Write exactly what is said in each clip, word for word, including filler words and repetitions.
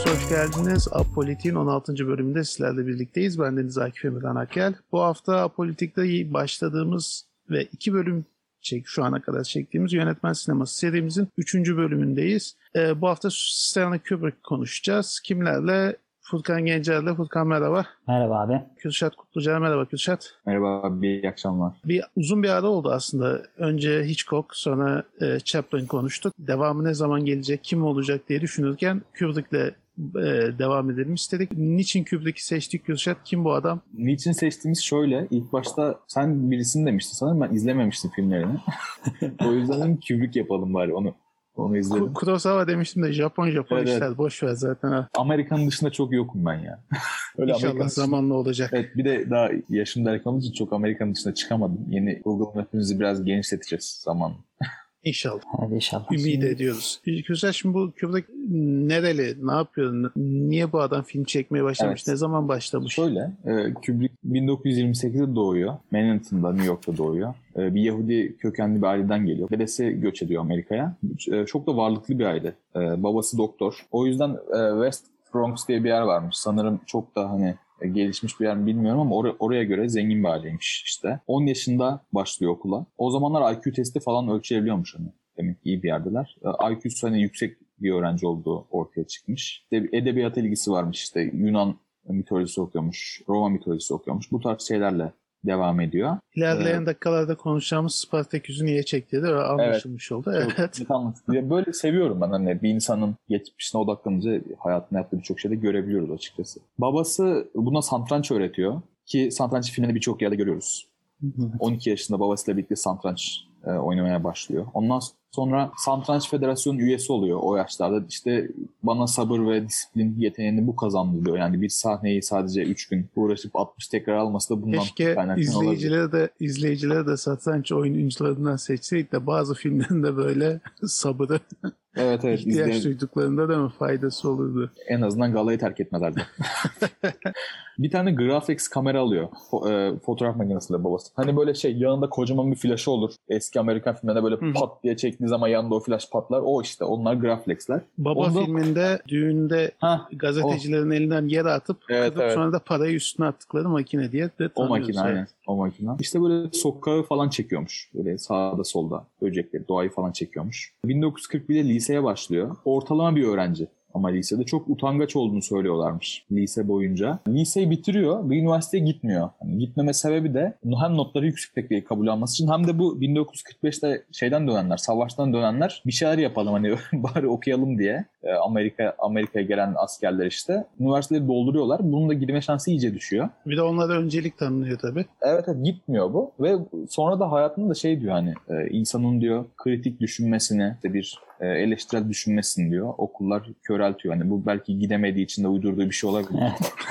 hoş geldiniz. Apolitik'in on altıncı bölümünde sizlerle birlikteyiz. Ben Deniz Akif Emirhan Akgel. Bu hafta Apolitik'te başladığımız ve iki bölüm çek, şu ana kadar çektiğimiz Yönetmen Sineması serimizin üçüncü bölümündeyiz. Ee, bu hafta Stanley Kubrick konuşacağız. Kimlerle? Furkan Gencer'le. Furkan merhaba. Merhaba abi. Kürşat Kutluca merhaba Kürşat. Merhaba abi, iyi akşamlar. Bir uzun bir ara oldu aslında. Önce Hitchcock, sonra e, Chaplin konuştuk. Devamı ne zaman gelecek, kim olacak diye düşünürken Kubrick'le e, devam edelim istedik. Niçin Kubrick'i seçtik Kürşat? Kim bu adam? Niçin seçtiğimiz şöyle. İlk başta sen birisini demiştin sanırım, ben izlememiştim filmlerini. O yüzden dedim Kubrick yapalım bari onu. Onu izledim. Kurosawa demiştim de Japon Japon evet, işler. Evet. Boş ver zaten. Ha. Amerika'nın dışında çok yokum ben ya. Öyle İnşallah Amerikan zamanla dışında... olacak. Evet, bir de daha yaşım da olduğu için çok Amerika'nın dışına çıkamadım. Yeni Google Map'imizi biraz genişleteceğiz zaman. İnşallah. Hadi inşallah. Ümit şimdi... ediyoruz. Güzel, şimdi bu Kubrick nereli? Ne yapıyor? Niye bu adam film çekmeye başlamış? Evet. Ne zaman başlamış? Şöyle, e, Kubrick bin dokuz yüz yirmi sekizde doğuyor. Manhattan'da, New York'ta doğuyor. E, bir Yahudi kökenli bir aileden geliyor. Dedesi göç ediyor Amerika'ya. E, çok da varlıklı bir aile. E, babası doktor. O yüzden e, West Bronx diye bir yer varmış. Sanırım çok da hani gelişmiş bir yer mi bilmiyorum ama or- oraya göre zengin bir aileymiş işte. on yaşında başlıyor okula. O zamanlar I Q testi falan ölçebiliyormuş hani. Demek ki iyi bir yerdeler. I Q'su hani yüksek bir öğrenci olduğu ortaya çıkmış. İşte edebiyat ilgisi varmış, işte Yunan mitolojisi okuyormuş, Roma mitolojisi okuyormuş. Bu tarz şeylerle devam ediyor. İlerleyen ee, dakikalarda konuşacağımız Spartaküs'ü niye çektiği de anlaşılmış evet, oldu. Evet. Böyle seviyorum ben, hani bir insanın geçmişine odaklanınca hayatında yaptığı birçok şeyde görebiliyoruz açıkçası. Babası buna satranç öğretiyor ki satranç filmini birçok yerde görüyoruz. on iki yaşında babasıyla birlikte satranç e, oynamaya başlıyor. Ondan sonra Satranç Federasyonu üyesi oluyor o yaşlarda. İşte bana sabır ve disiplin yeteneğini bu kazandırıyor. Yani bir sahneyi sadece üç gün uğraşıp altmış tekrar alması da bundan kaynaklanıyor. Keşke izleyicilere de, izleyicilere de satranç oyuncularından seçseydik de bazı filmlerinde böyle sabırı evet, evet, ihtiyaç izleyen... duyduklarında da mı faydası olurdu? En azından galayı terk etmezlerdi. Bir tane Graflex kamera alıyor. Fo- e, fotoğraf makinesiyle babası. Hani böyle şey, yanında kocaman bir flaşı olur. Eski Amerikan filmlerinde böyle Hı. pat diye çektiği zaman yanında o flaş patlar. O işte, onlar Graflex'ler. Baba Onda... filminde düğünde ha, gazetecilerin o. elinden yere atıp evet, evet. sonra da parayı üstüne attıkları makine diye de o makine aynen. O makine. İşte böyle sokağı falan çekiyormuş. Böyle sağda solda böcekleri, doğayı falan çekiyormuş. bin dokuz yüz kırk birde liseye başlıyor. Ortalama bir öğrenci. Ama lisede çok utangaç olduğunu söylüyorlarmış lise boyunca. Liseyi bitiriyor ve üniversiteye gitmiyor. Yani gitmeme sebebi de hem notları yüksek diye kabul alması için hem de bu bin dokuz yüz kırk beşte şeyden dönenler, savaştan dönenler bir şeyler yapalım hani bari okuyalım diye. Amerika Amerika'ya gelen askerler işte üniversiteleri dolduruyorlar. Bunun da girme şansı iyice düşüyor. Bir de onlara öncelik tanınıyor tabii. Evet, evet, gitmiyor bu ve sonra da hayatında da şey diyor, hani insanın diyor kritik düşünmesini, işte bir eleştirel düşünmesini diyor okullar köreltiyor. Hani bu belki gidemediği için de uydurduğu bir şey olabilir.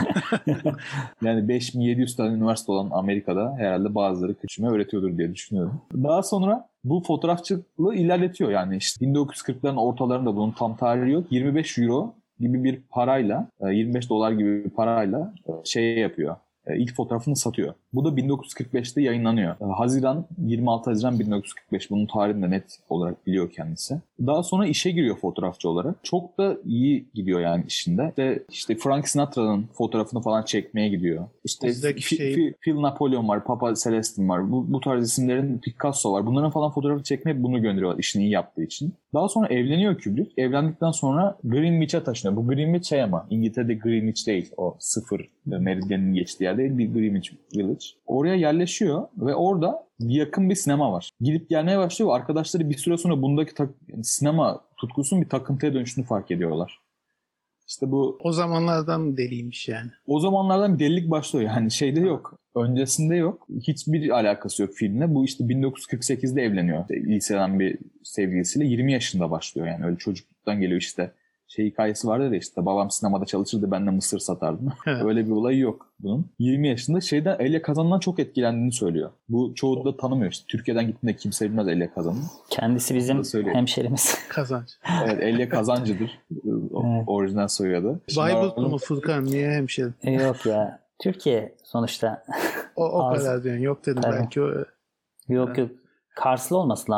Yani beş bin yedi yüz tane üniversite olan Amerika'da herhalde bazıları küçüme öğretiyordur diye düşünüyorum. Daha sonra bu fotoğrafçılığı ilerletiyor. Yani işte bin dokuz yüz kırkların ortalarında, bunun tam tarihi yok, yirmi beş euro gibi bir parayla, yirmi beş dolar gibi bir parayla şey yapıyor. İlk fotoğrafını satıyor. Bu da bin dokuz yüz kırk beşte yayınlanıyor. Haziran, yirmi altı Haziran bin dokuz yüz kırk beş. Bunun tarihini de net olarak biliyor kendisi. Daha sonra işe giriyor fotoğrafçı olarak. Çok da iyi gidiyor yani işinde. İşte, işte Frank Sinatra'nın fotoğrafını falan çekmeye gidiyor. İşte F- şey... F- Phil Napoleon var, Papa Celestin var. Bu, bu tarz isimlerin, Picasso var. Bunların falan fotoğrafı çekmeye bunu gönderiyorlar işini iyi yaptığı için. Daha sonra evleniyor Kubrick. Evlendikten sonra Greenwich'e taşınıyor. Bu Greenwich şey ama İngiltere'de Greenwich değil. O sıfır meridyenin geçtiği yer değil. Bir Greenwich Village. Oraya yerleşiyor ve orada yakın bir sinema var. Gidip gelmeye başlıyor ve arkadaşları bir süre sonra bundaki tak- yani sinema tutkusunun bir takıntıya dönüştüğünü fark ediyorlar. İşte bu... O zamanlardan deliymiş yani. O zamanlardan bir delilik başlıyor. Yani şeyde yok. Öncesinde yok. Hiçbir alakası yok filmle. Bu işte bin dokuz yüz kırk sekizde evleniyor. İşte liseden bir sevgilisiyle yirmi yaşında başlıyor yani. Öyle çocukluktan geliyor işte. Şey hikayesi vardı ya, işte babam sinemada çalışırdı, ben de mısır satardım. Öyle bir olayı yok bunun. yirmi yaşında şeyden, Elia Kazan'dan çok etkilendiğini söylüyor. Bu çoğu da tanımıyor işte. Türkiye'den gittiğinde kimse bilmez Elia Kazan'ı. Kendisi bizim hemşerimiz. Kazanç. Evet, Elia Kazancı'dır. Evet. Orijinal soyadı. Bayburt mu Furkan? Niye hemşerim? E, yok ya. Türkiye sonuçta. O, o kadar diyorsun. Yok dedim tabii. Belki o. Yok yok. Karslı olması lazım.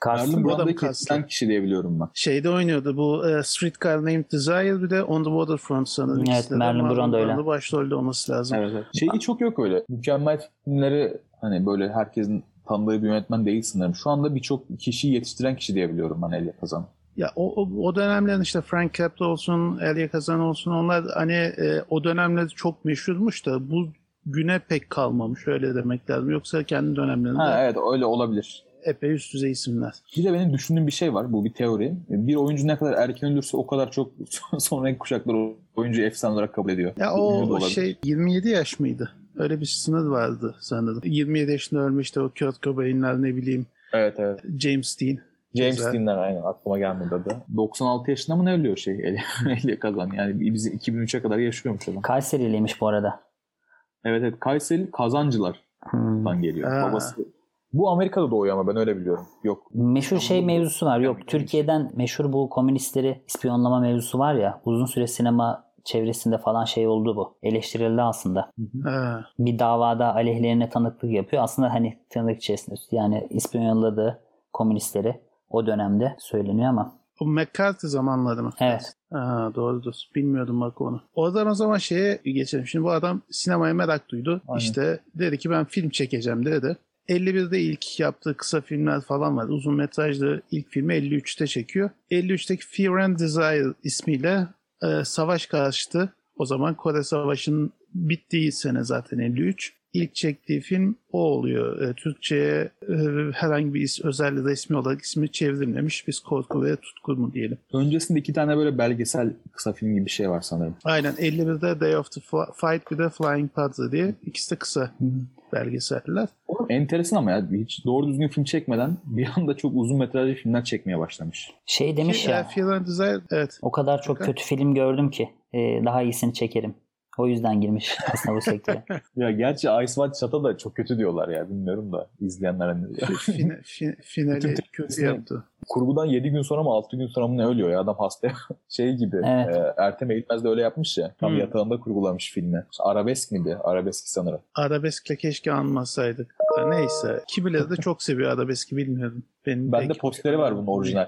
Karşısında Marlon o da mı Brando'yu kaslı? kestiren kişi diyebiliyorum ben. Şeyde oynuyordu bu e, Streetcar Named Desire, bir de On the Waterfront sanırım. Evet, İkisi de Marlon Brando öyle. Brando başrolde olması lazım. Evet, evet. Şeyi çok yok öyle. Mükemmel filmleri hani böyle herkesin tanıdığı bir yönetmen değil sanırım. Şu anda birçok kişiyi yetiştiren kişi diyebiliyorum ben Elia Kazan. Ya o, o, o dönemlerin işte Frank Capra olsun, Elia Kazan olsun, onlar hani e, o dönemler çok meşhurmuş da bu güne pek kalmamış, öyle demek lazım. Yoksa kendi dönemlerinde Ha evet, öyle olabilir. epey üst düzey isimler. Bir de benim düşündüğüm bir şey var. Bu bir teori. Bir oyuncu ne kadar erken ölürse o kadar çok sonraki kuşaklar o oyuncuyu efsane olarak kabul ediyor. Ya Bu o, ünlü de o olabilir. şey yirmi yedi yaş mıydı? Öyle bir sınır vardı sanırım. yirmi yedi yaşında ölmüştü o Kurt Cobain'ler, ne bileyim Evet evet. James Dean. James Güzel. Dean'ler aynen, aklıma gelmedi adı. doksan altı yaşında mı ne ölüyor şey Elia, Elia Kazan. Yani biz iki bin üçe kadar yaşıyormuş adam. Kayseriliymiş bu arada. Evet evet, Kayseri Kazancılar'dan Hmm. geliyor. Ha. Babası. Bu Amerika'da doğuyor ama ben öyle biliyorum. Yok. Meşhur şey mevzusu var. Yok, Yani Türkiye'den meşhur bu komünistleri ispiyonlama mevzusu var ya. Uzun süre sinema çevresinde falan şey oldu bu. Eleştirildi aslında. Ha. Bir davada aleyhlerine tanıklık yapıyor. Aslında hani tırnak içerisinde yani ispiyonladığı komünistleri o dönemde söyleniyor ama. O McCarthy zamanları mı? Evet. Ha, doğrudur. Bilmiyordum bak onu. Oradan o zaman şeye geçelim. Şimdi bu adam sinemaya merak duydu. Aynen. İşte dedi ki ben film çekeceğim dedi. elli birde ilk yaptığı kısa filmler falan var. Uzun metrajlı ilk filmi elli üçte çekiyor. elli üçteki Fear and Desire ismiyle e, savaş karşıtı. O zaman Kore Savaşı'nın bittiği sene zaten elli üç. İlk çektiği film o oluyor. E, Türkçe'ye e, herhangi bir is, özel ya da ismi olarak ismi çevrilmemiş. Biz korku ve tutku mu diyelim. Öncesinde iki tane böyle belgesel kısa film gibi bir şey var sanırım. Aynen, elli birde Day of the Fight, bir de Flying Padre diye. İkisi de kısa belgeseller. Enteresan ama ya, hiç doğru düzgün film çekmeden bir anda çok uzun metrajlı filmler çekmeye başlamış. Şey demiş Ki, ya. e, Fear and Desire, evet. O kadar çok kötü film gördüm ki e, daha iyisini çekerim. O yüzden girmiş aslında bu sektöre. Ya gerçi Ice White Shot'a da çok kötü diyorlar ya, bilmiyorum da izleyenler ne diyor. Fin, fin, finali Bütün kötü tepkisine- yaptı. Kurgudan yedi gün sonra mı altı gün sonra mı ne ölüyor ya adam hasta şey gibi. Evet. E, Ertem Eğilmez de öyle yapmış ya. Tam Hmm. yatağında kurgulamış filmi. Arabesk miydi? Arabesk sanırım. Arabeskle keşke anmasaydık. Da neyse. Kimileri de çok seviyor arabeski, bilmiyorum. Benim Bende pek- posteri var bunun orijinal.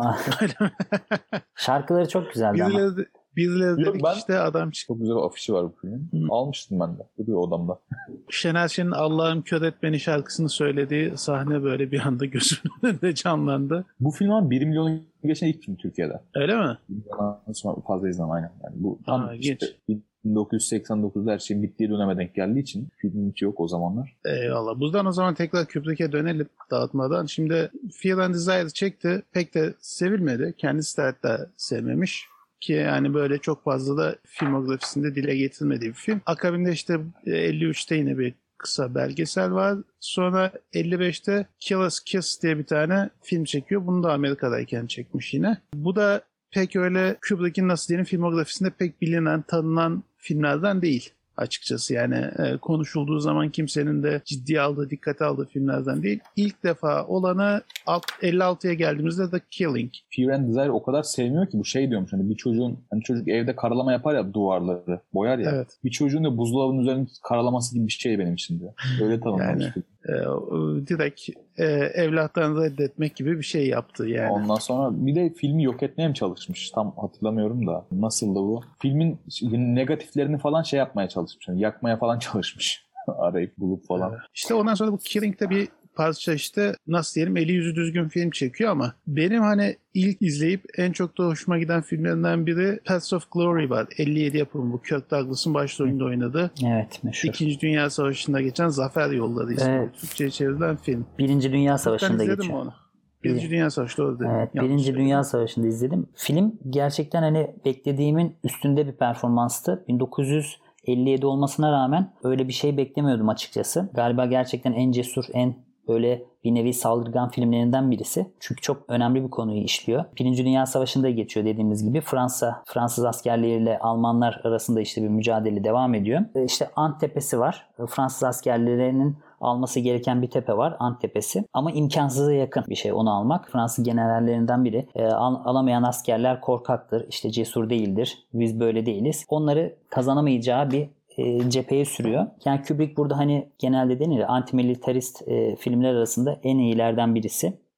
Şarkıları çok güzeldi ama. Birileri, de- birileri Yok, dedik ben- işte adam çıktı. Çok güzel bir afişi var bu filmin. Hı. Almıştım ben de. Duruyor odamda. Şener Şen'in Allah'ım Kör Et Beni şarkısını söylediği sahne böyle bir anda gözümün önünde canlandı. Bu film ama bir milyonu geçen ilk film Türkiye'de. Öyle mi? bir milyondan sonra fazla izlenen aynen. Yani bu tam Aa, işte geç. bin dokuz yüz seksen dokuzda her şeyin bittiği döneme denk geldiği için filmin hiç yok o zamanlar. Eyvallah. Buradan o zaman tekrar Kubrick'e dönelim dağıtmadan. Şimdi Fear and Desire çekti. Pek de sevilmedi. Kendisi de hatta sevmemiş. Ki yani böyle çok fazla da filmografisinde dile getirmediği bir film. Akabinde işte elli üçte yine bir kısa belgesel var. Sonra elli beşte Killer's Kiss diye bir tane film çekiyor. Bunu da Amerika'dayken çekmiş yine. Bu da pek öyle Kubrick'in nasıl diyelim filmografisinde pek bilinen, tanınan filmlerden değil açıkçası. Yani e, konuşulduğu zaman kimsenin de ciddiye aldığı, dikkate aldığı filmlerden değil. İlk defa olanı alt- elli altıya geldiğimizde The Killing. Fear and Desire o kadar sevmiyor ki bu şey diyormuş hani bir çocuğun hani çocuk evde karalama yapar ya duvarları boyar ya. Evet. Bir çocuğun da buzdolabının üzerine karalaması gibi bir şey benim için diyor. Öyle tanımlamış. Yani. E, o- direkt e, evlatlarını reddetmek gibi bir şey yaptı yani. Ondan sonra bir de filmi yok etmeye mi çalışmış? Tam hatırlamıyorum da. Nasıldı bu? Filmin negatiflerini falan şey yapmaya çalışmış. Yani yakmaya falan çalışmış. Arayıp bulup falan. Evet. İşte ondan sonra bu Killing'de bir parça işte nasıl diyelim eli yüzü düzgün film çekiyor ama benim hani ilk izleyip en çok da hoşuma giden filmlerinden biri Paths of Glory var. elli yedi yapımı bu. Kirk Douglas'ın başrolünde oynadığı. Evet, meşhur. İkinci Dünya Savaşı'nda geçen Zafer Yolları ismi. Evet. Türkçe'ye çevrilen film. Birinci Dünya Ben Savaşı'nda izledim geçiyor. onu. Birinci Dünya Savaşı doğru dedim. Evet, Yanlış Birinci söyledim. Dünya Savaşı'nda izledim. Film gerçekten hani beklediğimin üstünde bir performanstı. bin dokuz yüz elli yedi olmasına rağmen öyle bir şey beklemiyordum açıkçası. Galiba gerçekten en cesur, en böyle bir nevi saldırgan filmlerinden birisi. Çünkü çok önemli bir konuyu işliyor. Birinci Dünya Savaşı'nda geçiyor dediğimiz gibi. Fransa, Fransız askerleriyle Almanlar arasında işte bir mücadele devam ediyor. İşte Ant Tepesi var. Fransız askerlerinin alması gereken bir tepe var, Ant Tepesi. Ama imkansıza yakın bir şey onu almak. Fransız generallerinden biri. E, al- alamayan askerler korkaktır, işte cesur değildir, biz böyle değiliz. Onları kazanamayacağı bir e, cepheye sürüyor. Yani Kubrick burada hani genelde denir ya, antimilitarist e, filmler arasında en iyilerden birisi.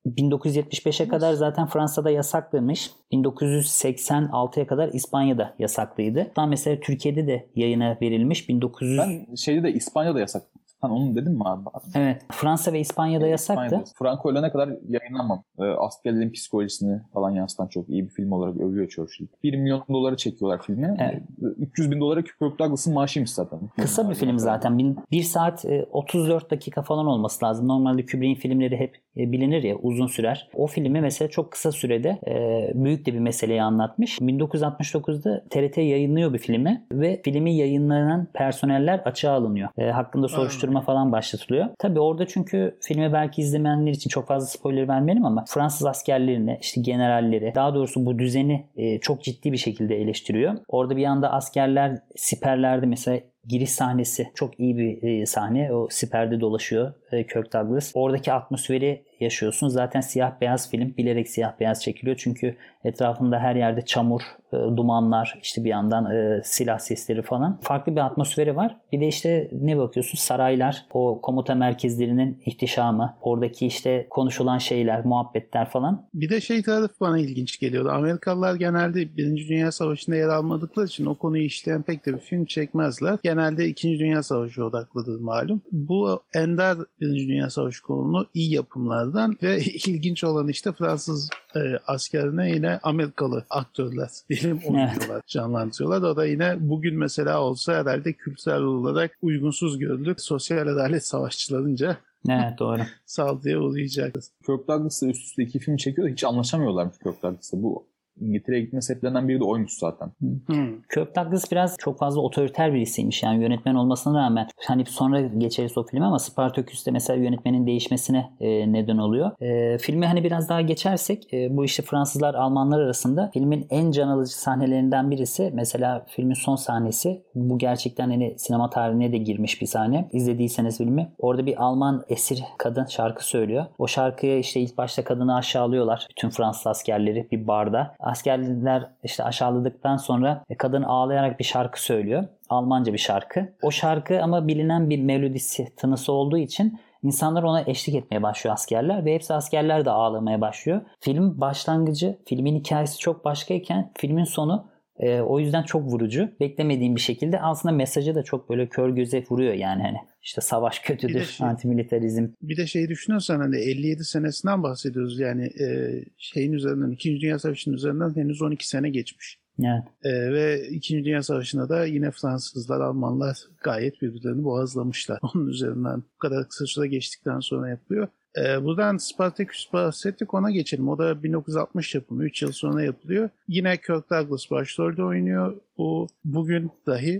bin dokuz yüz yetmiş beşe kadar zaten Fransa'da yasaklıymış. bin dokuz yüz seksen altıya kadar İspanya'da yasaklıydı. Hatta mesela Türkiye'de de yayına verilmiş. bin dokuz yüz Ben şeyde de İspanya'da yasak. Sen onu dedin mi abi? Evet. Fransa ve İspanya'da yasaktı. İspanya'da. Franco ölene kadar yayınlanmam. E, askerlerin psikolojisini falan yansıtan çok iyi bir film olarak övüyor Churchill. bir milyon doları çekiyorlar filmi. Evet. üç yüz bin dolara Kirk Douglas'ın maaşıymış zaten. Kısa bir film zaten. bir saat otuz dört dakika falan olması lazım. Normalde Kubrick'in filmleri hep bilinir ya, uzun sürer. O filmi mesela çok kısa sürede büyük de bir meseleyi anlatmış. bin dokuz yüz altmış dokuzda T R T yayınlıyor bir filmi ve filmi yayınlanan personeller açığa alınıyor. Hakkında soruşturma falan başlatılıyor. Tabii orada çünkü filmi belki izlemeyenler için çok fazla spoiler vermeyelim ama Fransız askerlerini, işte generalleri, daha doğrusu bu düzeni çok ciddi bir şekilde eleştiriyor. Orada bir anda askerler siperlerde mesela giriş sahnesi çok iyi bir sahne. O siperde dolaşıyor Kirk Douglas. Oradaki atmosferi yaşıyorsun. Zaten siyah beyaz film bilerek siyah beyaz çekiliyor. Çünkü etrafında her yerde çamur, dumanlar, işte bir yandan silah sesleri falan. Farklı bir atmosferi var. Bir de işte ne bakıyorsun? Saraylar, o komuta merkezlerinin ihtişamı, oradaki işte konuşulan şeyler, muhabbetler falan. Bir de şey tarafı bana ilginç geliyordu. Amerikalılar genelde Birinci Dünya Savaşı'nda yer almadıkları için o konuyu işleyen pek de bir film çekmezler. Genelde İkinci Dünya Savaşı odaklıdır malum. Bu ender Birinci Dünya Savaşı konulu iyi yapımlardan ve ilginç olan işte Fransız e, askerine yine Amerikalı aktörler diyelim oynuyorlar, evet. Canlandırıyorlar. O da yine bugün mesela olsa herhalde kültürel olarak uygunsuz görülür. Sosyal adalet savaşçılarınca evet, doğru. saldırıya uğrayacak. Kirk Douglas'la üst üste iki film çekiyor. Hiç anlaşamıyorlarmış Kirk Douglas'la. Bu İngiltere'ye gitme sebeplerinden biri de oymuş zaten. Hmm. Kirk Douglas biraz çok fazla otoriter birisiymiş. Yani yönetmen olmasına rağmen hani sonra geçeriz o filmi ama Spartaküs'te mesela yönetmenin değişmesine e, neden oluyor. E, filmi hani biraz daha geçersek e, bu işte Fransızlar Almanlar arasında filmin en can alıcı sahnelerinden birisi. Mesela filmin son sahnesi. Bu gerçekten hani sinema tarihine de girmiş bir sahne. İzlediyseniz filmi. Orada bir Alman esir kadın şarkı söylüyor. O şarkıya işte ilk başta kadını aşağılıyorlar. Bütün Fransız askerleri bir barda. Askerler işte aşağıladıktan sonra kadın ağlayarak bir şarkı söylüyor. Almanca bir şarkı. O şarkı ama bilinen bir melodisi, tınısı olduğu için insanlar ona eşlik etmeye başlıyor askerler ve hepsi askerler de ağlamaya başlıyor. Film başlangıcı, filmin hikayesi çok başkayken filmin sonu e, o yüzden çok vurucu. Beklemediğim bir şekilde aslında mesajı da çok böyle kör göze vuruyor yani hani. İşte savaş kötüdür, şey, antimilitarizm. Bir de şeyi düşünürsen hani elli yedi senesinden bahsediyoruz. Yani e, şeyin üzerinden, İkinci Dünya Savaşı'nın üzerinden henüz on iki sene geçmiş. Evet. E, ve İkinci Dünya Savaşı'nda da yine Fransızlar, Almanlar gayet birbirlerini boğazlamışlar. Onun üzerinden bu kadar kısa süre geçtikten sonra yapılıyor. E, buradan Spartaküs bahsettik, ona geçelim. O da bin dokuz yüz altmış yapımı, üç yıl sonra yapılıyor. Yine Kirk Douglas başrolde oynuyor. Bu bugün dahi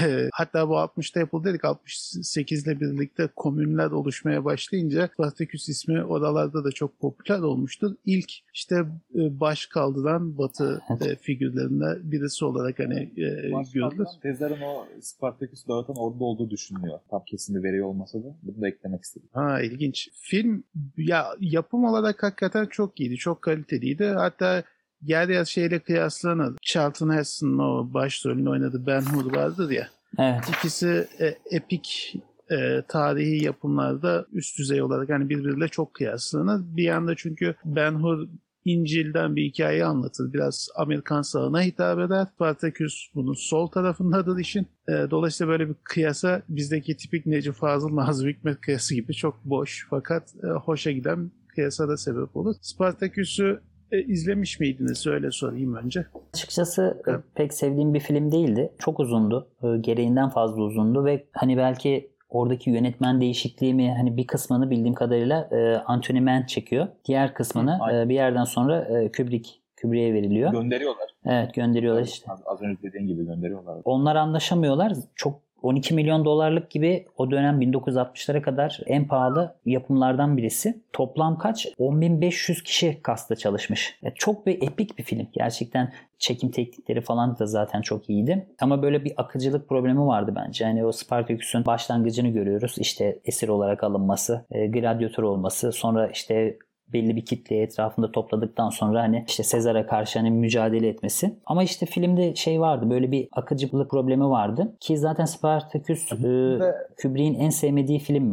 hatta bu altmışta yapıldı dedik, altmış sekiz ile birlikte komünler oluşmaya başlayınca Spartaküs ismi oralarda da çok popüler olmuştur. İlk işte baş kaldıran Batı figürlerinden birisi olarak hani e, görülür. Tezlerin o Spartaküs dağıtan orada olduğu düşünülüyor. Tam kesin bir veri olmasa da bunu da eklemek istedim. Ha, ilginç. Film ya yapım olarak hakikaten çok iyiydi, çok kaliteliydi. Hatta yer yer şeyle kıyaslanır. Charlton Heston'ın o başrolünü oynadığı Ben Hur vardır ya. Evet. İkisi e, epik e, tarihi yapımlarda üst düzey olarak hani birbiriyle çok kıyaslanır. Bir yanda çünkü Ben Hur İncil'den bir hikaye anlatır. Biraz Amerikan sağına hitap eder. Spartaküs bunun sol tarafındadır işin. E, dolayısıyla böyle bir kıyasa bizdeki tipik Necip Fazıl, Nazım Hikmet kıyası gibi çok boş fakat e, hoşa giden kıyasa da sebep olur. Spartaküs'ü E, izlemiş miydiniz? Öyle sorayım önce. Açıkçası evet. Pek sevdiğim bir film değildi. Çok uzundu. Gereğinden fazla uzundu ve hani belki oradaki yönetmen değişikliği mi hani bir kısmını bildiğim kadarıyla e, Anthony Mann çekiyor. Diğer kısmını e, bir yerden sonra e, Kubrick Kubrick'e veriliyor. Gönderiyorlar. Evet, gönderiyorlar evet, işte. Az önce dediğin gibi gönderiyorlar. Onlar anlaşamıyorlar. Çok on iki milyon dolarlık gibi o dönem bin dokuz yüz altmışlara kadar en pahalı yapımlardan birisi. Toplam kaç? on bin beş yüz kişi kasta çalışmış. Yani çok bir epik bir film. Gerçekten çekim teknikleri falan da zaten çok iyiydi. Ama böyle bir akıcılık problemi vardı bence. Yani o Spartaküs'ün başlangıcını görüyoruz. İşte esir olarak alınması, e, gladyatör olması, sonra işte belli bir kitleyi etrafında topladıktan sonra hani işte Sezar'a karşı hani mücadele etmesi. Ama işte filmde şey vardı, böyle bir akıcılık problemi vardı. Ki zaten Spartaküs e, Kubrick'in en sevmediği filmmiş.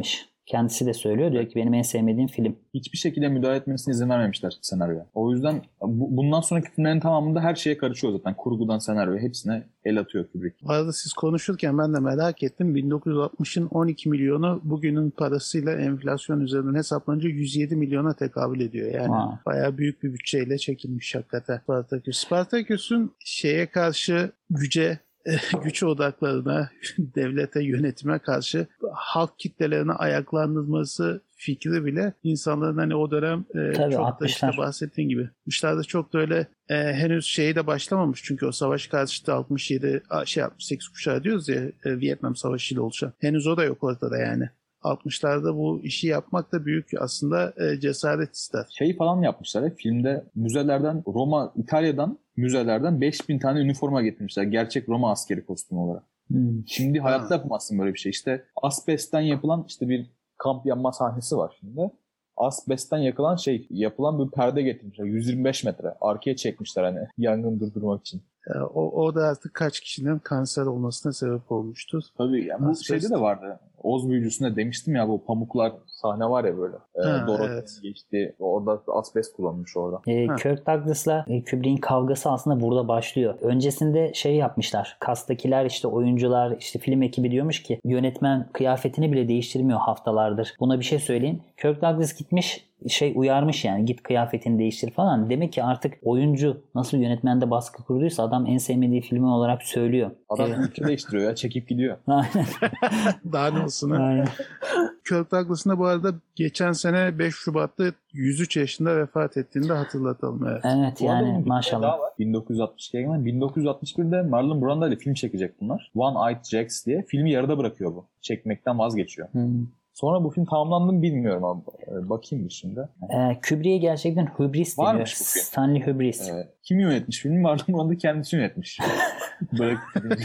Kendisi de söylüyor. Diyor ki benim en sevmediğim film. Hiçbir şekilde müdahale etmesine izin vermemişler senaryoya. O yüzden bu, bundan sonraki filmlerin tamamında her şeye karışıyor zaten. Kurgudan senaryoya hepsine el atıyor Kubrick. Bu arada siz konuşurken ben de merak ettim. bin dokuz yüz altmışın on iki milyonu bugünün parasıyla enflasyon üzerinden hesaplanınca yüz yedi milyona tekabül ediyor. Yani Ha. bayağı büyük bir bütçeyle çekilmiş hakikaten Spartaküs. Spartaküs'ün şeye karşı güce güç odaklarına, devlete, yönetime karşı halk kitlelerini ayaklandırması fikri bile insanların hani o dönem e, Tabii, çok da altmışlar. işte bahsettiğin gibi. altmışlarda çok da öyle e, henüz şeyi de başlamamış çünkü o savaş karşıtı altmış yedi şey altmış sekiz kuşağı diyoruz ya e, Vietnam Savaşı ile oluşan. Henüz o da yok ortada yani. altmışlarda bu işi yapmak da büyük aslında e, cesaret ister. Şey falan yapmışlar ya filmde müzelerden Roma, İtalya'dan müzelerden beş bin tane üniforma getirmişler. Gerçek Roma askeri kostümü olarak. Hmm. Şimdi hayatta Ha. yapamazsın böyle bir şey. İşte asbestten yapılan işte bir kamp yanma sahnesi var şimdi. Asbestten yakılan şey yapılan bir perde getirmişler. yüz yirmi beş metre. Arkaya çekmişler hani yangın durdurmak için. E, o, o da artık kaç kişinin kanser olmasına sebep olmuştur. Tabii yani bu Asbest. şeyde de vardı. Oz büyücüsünde demiştim ya bu pamuklar sahne var ya böyle. Ee, Ha, Dorothy evet. geçti. Orada asbest kullanmış orada. E, Ha. Kirk Douglas'la e, Kubrick'in kavgası aslında burada başlıyor. Öncesinde şey yapmışlar. Kast'takiler işte oyuncular işte film ekibi diyormuş ki yönetmen kıyafetini bile değiştirmiyor haftalardır. Buna bir şey söyleyeyim. Kirk Douglas gitmiş şey uyarmış yani git kıyafetini değiştir falan. Demek ki artık oyuncu nasıl yönetmende baskı kurduysa adam en sevmediği filmi olarak söylüyor. Adam Evet. ülke değiştiriyor ya. Çekip gidiyor. Aynen. Daha ne olsun ha? Aynen. Kirk Douglas'ın da bu arada geçen sene beş Şubat'ta yüz üç yaşında vefat ettiğini de hatırlatalım. Evet. Evet Bu adamın yani bir tane maşallah. daha var. bin dokuz yüz altmış ikide gelen. bin dokuz yüz altmış birde Marlon Brando ile film çekecek bunlar. One Eyed Jacks diye. Filmi yarıda bırakıyor bu. Çekmekten vazgeçiyor. Hmm. Sonra bu film tamamlandı mı bilmiyorum abi. Ee, bakayım bir şimdi. Ee, Kubrick'e gerçekten hübris deniyor. Varmış bu film. Stanley Hübris. Ee, kim yönetmiş filmi? Marlon Brando kendisi yönetmiş. Bırak.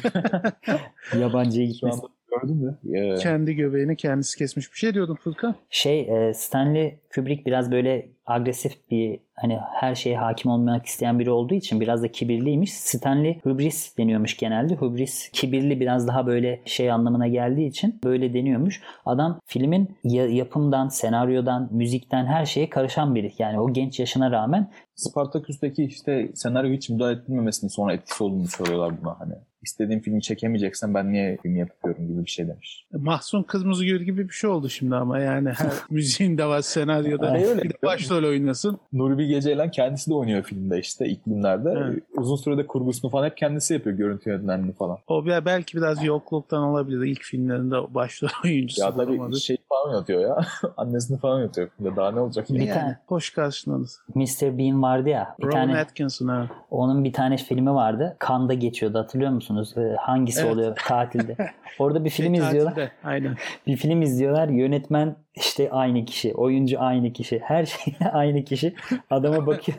Yabancıya Şu gitmesin. anda gördün mü? Ee, Kendi göbeğini kendisi kesmiş. Bir şey diyordun Furkan. Şey e, Stanley Kubrick biraz böyle agresif bir hani her şeye hakim olmak isteyen biri olduğu için biraz da kibirliymiş. Stanley hübris deniyormuş genelde. Hübris kibirli biraz daha böyle şey anlamına geldiği için böyle deniyormuş. Adam filmin ya- yapımdan, senaryodan, müzikten her şeye karışan biri. Yani o genç yaşına rağmen Spartaküs'teki işte senaryo hiç müdahale ettirmemesinin sonra etkisi olduğunu söylüyorlar buna. Hani istediğim filmi çekemeyeceksen ben niye film yapıyorum gibi bir şey demiş. Mahsun Kırmızıgül gibi bir şey oldu şimdi ama yani her müziğin de var senaryoda. Ay, öyle. Bir de başrol oynasın. Nuri Bilge Ceylan kendisi de oynuyor filmde işte ilk filmlerde. Evet. Uzun sürede kurgusunu falan hep kendisi yapıyor, görüntü yönetmenliğini falan. O bir- belki biraz yokluktan olabilir. İlk filmlerinde başrol oyuncusu Ya tabii bulamadı. şey falan yatıyor ya. Annesini falan yatıyor filmde. Daha ne olacak? Bir yani, tane- hoş karşılanır. mister Bean vardı ya. Bir Rowan tane Atkinson ha. onun bir tane filmi vardı. Cannes'da geçiyordu hatırlıyor musunuz? Ee, hangisi Evet. oluyor tatilde? Orada bir film Şey, izliyorlar. tatilde, aynen. Bir film izliyorlar. Yönetmen işte aynı kişi. Oyuncu aynı kişi. Her şey aynı kişi. Adama bakıyor.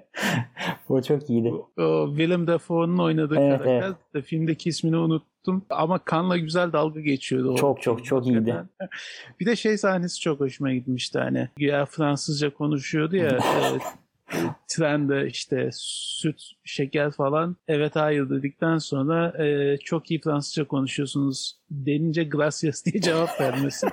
O çok iyiydi. O Willem Dafoe'nun oynadığı Evet, karakter. evet. De, filmdeki ismini unuttum. Ama Kan'la güzel dalga geçiyordu. o Çok, çok, film çok iyiydi. hakikaten. Bir de şey sahnesi çok hoşuma gitmişti. Hani güya Fransızca konuşuyordu ya. evet, trende işte süt, şeker falan. Evet hayır dedikten sonra e, çok iyi Fransızca konuşuyorsunuz denince gracias diye cevap vermesi.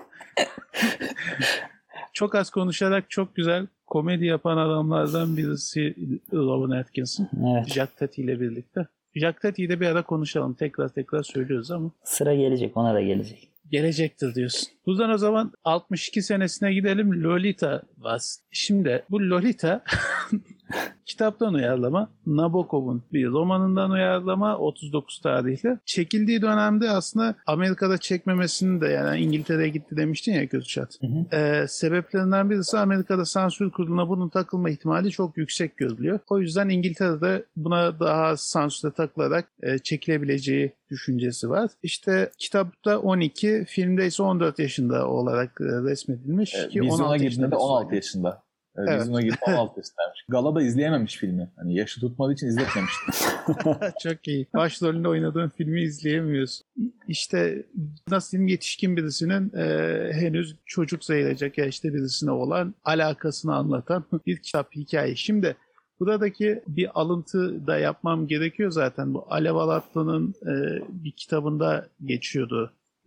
Çok az konuşarak çok güzel komedi yapan adamlardan birisi Rowan Atkinson. Evet. Jack Tati ile birlikte. Jack Tati'yi de bir ara konuşalım. Tekrar tekrar söylüyoruz ama Sıra gelecek. Ona da gelecek. gelecektir diyorsun. Buradan o zaman altmış iki senesine gidelim. Lolita var. Şimdi bu Lolita kitaptan uyarlama, Nabokov'un bir romanından uyarlama, otuz dokuz tarihli. Çekildiği dönemde aslında Amerika'da çekmemesini de yani İngiltere'ye gitti demiştin ya Kürşat. Hı hı. Ee, sebeplerinden birisi Amerika'da sansür kuruluna bunun takılma ihtimali çok yüksek görülüyor. O yüzden İngiltere'de buna daha az sansüre takılarak e, çekilebileceği düşüncesi var. İşte kitapta on iki, filmde ise on dört yaşında olarak e, resmedilmiş. E, ki Vizyona on altı girdiğinde de yaşında on altı söyledi. yaşında. E, Evet. Vizyona girdiğinde on altı yaşındaymış. Galada izleyememiş filmi. Hani yaşı tutmadığı için izletmemişti. Çok iyi. Başrolünde oynadığın filmi izleyemiyorsun. İşte nasıl diyeyim yetişkin birisinin e, henüz çocuk sayılacak yaşta birisine olan alakasını anlatan bir kitap hikaye. Şimdi buradaki bir alıntı da yapmam gerekiyor zaten. Bu Alev Alatlı'nın e, bir kitabında geçiyordu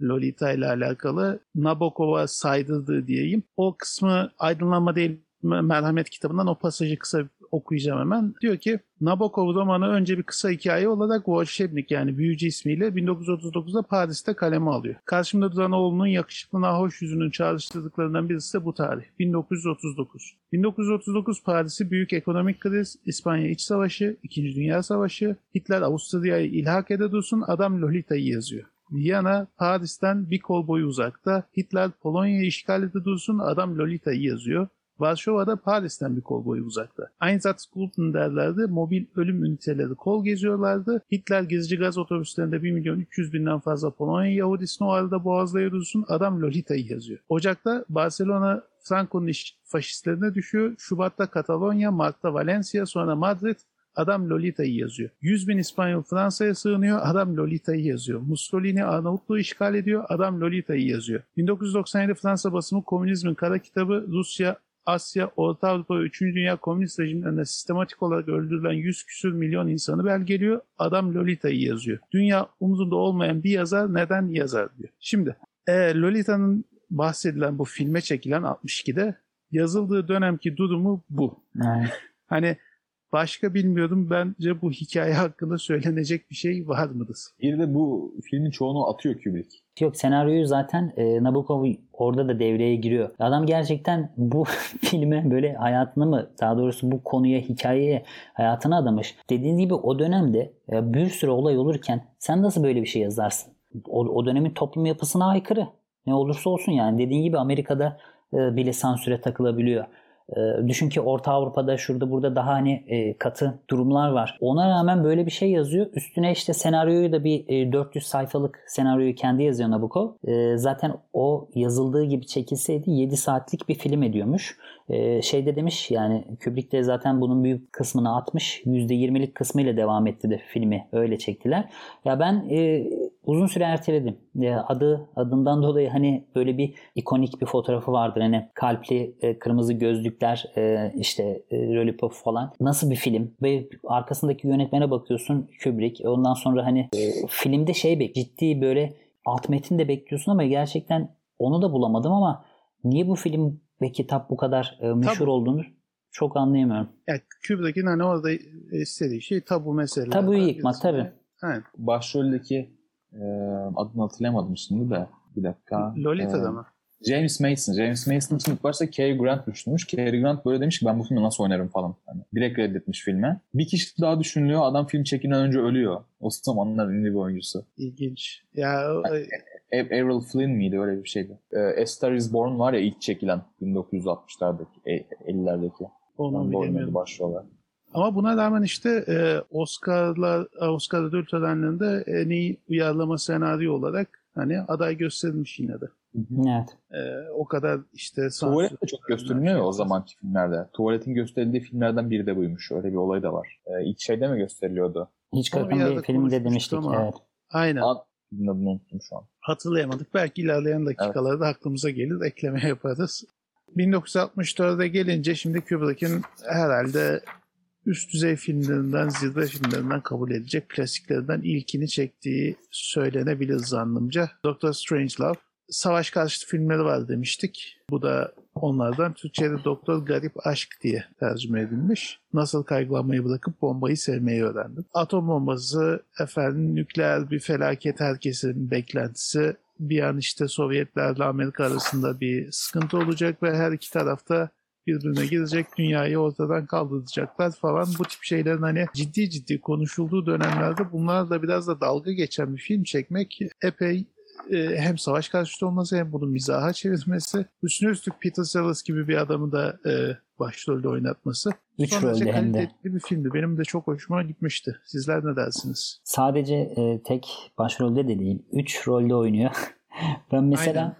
Lolita ile alakalı Nabokov'a saydırdığı diyeyim. O kısmı Aydınlanma Değil Merhamet kitabından o pasajı kısa okuyacağım hemen. Diyor ki Nabokov romanı önce bir kısa hikaye olarak Volşebnik yani büyücü ismiyle bin dokuz yüz otuz dokuzda Paris'te kaleme alıyor. Karşımda duran oğlunun yakışıklı nahoş yüzünün çağrıştırdıklarından birisi de bu tarih. bin dokuz yüz otuz dokuz. bin dokuz yüz otuz dokuz Paris'i büyük ekonomik kriz, İspanya İç Savaşı, İkinci Dünya Savaşı, Hitler Avusturya'yı ilhak ede dursun, adam Lolita'yı yazıyor. Viyana, Paris'ten bir kol boyu uzakta, Hitler Polonya'yı işgal ede dursun, adam Lolita'yı yazıyor. Varşova'da Paris'ten bir kol boyu uzakta. Einsatzgruppen derlerdi, mobil ölüm üniteleri kol geziyorlardı. Hitler gezici gaz otobüslerinde bir milyon üç yüz binden fazla Polonya Yahudisini o arada boğazlaya dursun, adam Lolita'yı yazıyor. Ocak'ta Barcelona Franco'nun faşistlerine düşüyor. Şubat'ta Katalonya, Mart'ta Valencia, sonra Madrid, adam Lolita'yı yazıyor. yüz bin İspanyol Fransa'ya sığınıyor, adam Lolita'yı yazıyor. Mussolini Arnavutluğu işgal ediyor, adam Lolita'yı yazıyor. bin dokuz yüz doksan yedi Fransa basımı Komünizmin Kara Kitabı, Rusya, Asya, Orta Avrupa ve üçüncü Dünya komünist rejimlerinde sistematik olarak öldürülen yüz küsür milyon insanı belgeliyor. Adam Lolita'yı yazıyor. Dünya umurunda olmayan bir yazar neden yazar diyor. Şimdi e, Lolita'nın bahsedilen bu filme çekilen altmış ikide yazıldığı dönemki durumu bu. Evet. Hani başka bilmiyorum, bence bu hikaye hakkında söylenecek bir şey var mıdır? Bir de bu filmin çoğunu atıyor Kubrick. Yok, senaryoyu zaten e, Nabokov orada da devreye giriyor. Adam gerçekten bu filme böyle hayatını mı, daha doğrusu bu konuya, hikayeye hayatını adamış. Dediğin gibi o dönemde e, bir sürü olay olurken sen nasıl böyle bir şey yazarsın? O, o dönemin toplum yapısına aykırı. Ne olursa olsun yani. Dediğin gibi Amerika'da e, bile sansüre takılabiliyor. Ee, düşün ki Orta Avrupa'da şurada burada daha hani e, katı durumlar var. Ona rağmen böyle bir şey yazıyor. Üstüne işte senaryoyu da bir e, dört yüz sayfalık senaryoyu kendi yazıyor Nabokov. E, zaten o yazıldığı gibi çekilseydi yedi saatlik bir film ediyormuş. E, şeyde demiş yani Kubrick de zaten bunun büyük kısmını atmış. yüzde yirmilik kısmıyla devam etti de filmi. Öyle çektiler. Ya ben e, uzun süre erteledim. E, adı adından dolayı hani böyle bir ikonik bir fotoğrafı vardır. Hani kalpli e, kırmızı gözlükler, e, işte e, Lollipop falan. Nasıl bir film? Ve arkasındaki yönetmene bakıyorsun, Kubrick. Ondan sonra hani e, filmde şey bek, ciddi böyle alt metin de bekliyorsun ama gerçekten onu da bulamadım ama niye bu film ve kitap bu kadar e, meşhur Tabu. olduğunu çok anlayamıyorum. Yani Kubrick'in hani orada istediği şey tabu mesele. Tabuyu yıkmak tabii. Evet. Başroldeki e, adını hatırlayamadım şimdi de. Bir dakika. Lolita'da E, mı? James Mason. James Mason için ilk başta Cary Grant düşünmüş. Cary Grant böyle demiş ki ben bu filmde nasıl oynarım falan. Yani direkt reddetmiş filme. Bir kişi daha düşünülüyor. Adam film çekimden önce ölüyor. O zamanlar ünlü bir oyuncusu. İlginç. Ya Yani, Errol Flynn miydi? Öyle bir şeydi. E, A Star Is Born var ya ilk çekilen bin dokuz yüz altmışlardaki, ellilerdeki. onu bilemiyorum. Başrollar. Ama buna rağmen işte e, Oscar'lar, Oscar ödül törenlerinde en iyi uyarlama senaryo olarak hani aday gösterilmiş yine de. Evet. E, o kadar işte Tuvalet de çok gösterilmiyor ya o zamanki filmlerde. Tuvaletin gösterildiği filmlerden biri de buymuş. Öyle bir olay da var. Ee, ilk şeyde mi gösteriliyordu? Hitchcock'un bir filminde demiştik. Ama, evet. Aynen. Ad, adını unuttum şu an. Hatırlayamadık. Belki ilerleyen dakikalarda evet. aklımıza gelir. Ekleme yaparız. bin dokuz yüz altmış dörde gelince şimdi Kubrick'in herhalde üst düzey filmlerinden, zirve filmlerinden kabul edilecek klasiklerinden ilkini çektiği söylenebilir zannımca. Doctor Strangelove. Savaş karşıtı filmleri var demiştik. Bu da onlardan. Türkçe'de Doktor Garip Aşk diye tercüme edilmiş. Nasıl kaygılanmayı bırakıp bombayı sevmeyi öğrendim. Atom bombası, efendim nükleer bir felaket, herkesin beklentisi. Bir an işte Sovyetlerle Amerika arasında bir sıkıntı olacak ve her iki tarafta birbirine girecek, dünyayı ortadan kaldıracaklar falan. Bu tip şeylerin hani ciddi ciddi konuşulduğu dönemlerde bunlarla biraz da dalga geçen bir film çekmek epey hem savaş karşıtı olması hem bunu mizaha çevirmesi. Üstüne üstlük Peter Sellers gibi bir adamı da e, başrolde oynatması. Üç rolde hem de. Kaliteli bir filmdi. Benim de çok hoşuma gitmişti. Sizler ne dersiniz? Sadece e, tek başrolde de değil. Üç rolde oynuyor. Ben mesela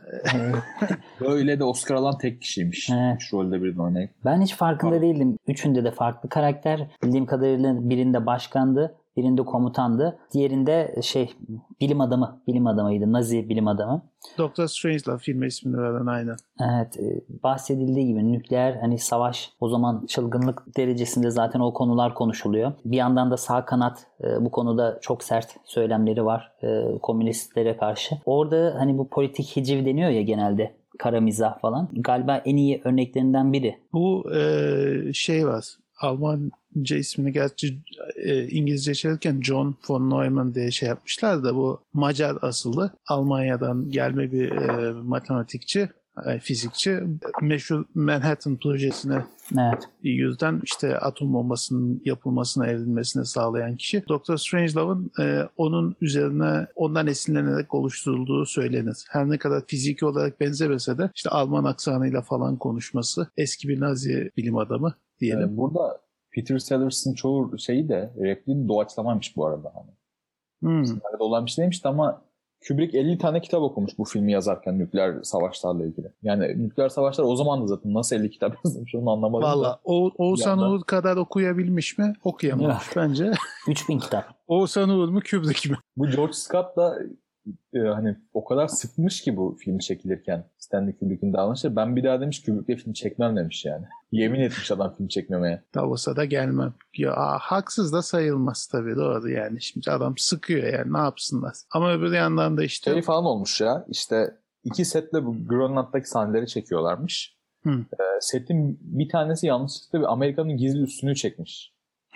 e, böyle de Oscar alan tek kişiymiş. Evet. Üç rolde birden oynayıp. Ben hiç farkında Abi. değildim. Üçünde de farklı karakter. Bildiğim kadarıyla birinde başkandı. Birinde komutandı. Diğerinde şey bilim adamı. Bilim adamıydı. Nazi bilim adamı. Doctor Strangelove filme ismini veren aynen. Evet, bahsedildiği gibi nükleer hani savaş o zaman çılgınlık derecesinde zaten o konular konuşuluyor. Bir yandan da sağ kanat bu konuda çok sert söylemleri var komünistlere karşı. Orada hani bu politik hiciv deniyor ya genelde, kara mizah falan. Galiba en iyi örneklerinden biri. Bu e, şey var. Almanca ismini gerçi e, İngilizce çevirirken John von Neumann diye şey yapmışlar da bu Macar asıllı Almanya'dan gelme bir e, matematikçi, e, fizikçi. Meşhur Manhattan projesine Evet. yüzden işte atom bombasının yapılmasına, evrilmesine sağlayan kişi. Doctor Strangelove'ın e, onun üzerine ondan esinlenerek oluşturulduğu söylenir. Her ne kadar fiziki olarak benzemese de işte Alman aksanıyla falan konuşması, eski bir Nazi bilim adamı diyelim. Yani burada Peter Sellers'ın çoğu şeyi de repliği doğaçlamaymış bu arada. Hani. Hmm. Senaryoda olan bir şey demişti ama Kubrick elli tane kitap okumuş bu filmi yazarken nükleer savaşlarla ilgili. Yani nükleer savaşlar o zaman da zaten nasıl elli kitap yazmış onu anlamadım Valla da. o Oğuzhan yandan... Uğur kadar okuyabilmiş mi? Okuyamamış Yok. bence. üç bin kitap. Oğuzhan Uğur mu Kubrick mi? Bu George Scott da e, hani o kadar sıkmış ki bu film çekilirken Stanley Kubrick'in davranışı. Ben bir daha demiş Kubrick'le film çekmem demiş yani. Yemin etmiş adam film çekmemeye. Davos'a da gelmem. Ya aa, haksız da sayılmaz tabii, doğru yani. Şimdi adam sıkıyor yani, ne yapsınlar. Ama öbür yandan da işte... Şey falan olmuş ya işte iki setle bu Grönland'daki sahneleri çekiyorlarmış. Hı. E, setin bir tanesi yanlışlıkla bir Amerika'nın gizli üssünü çekmiş.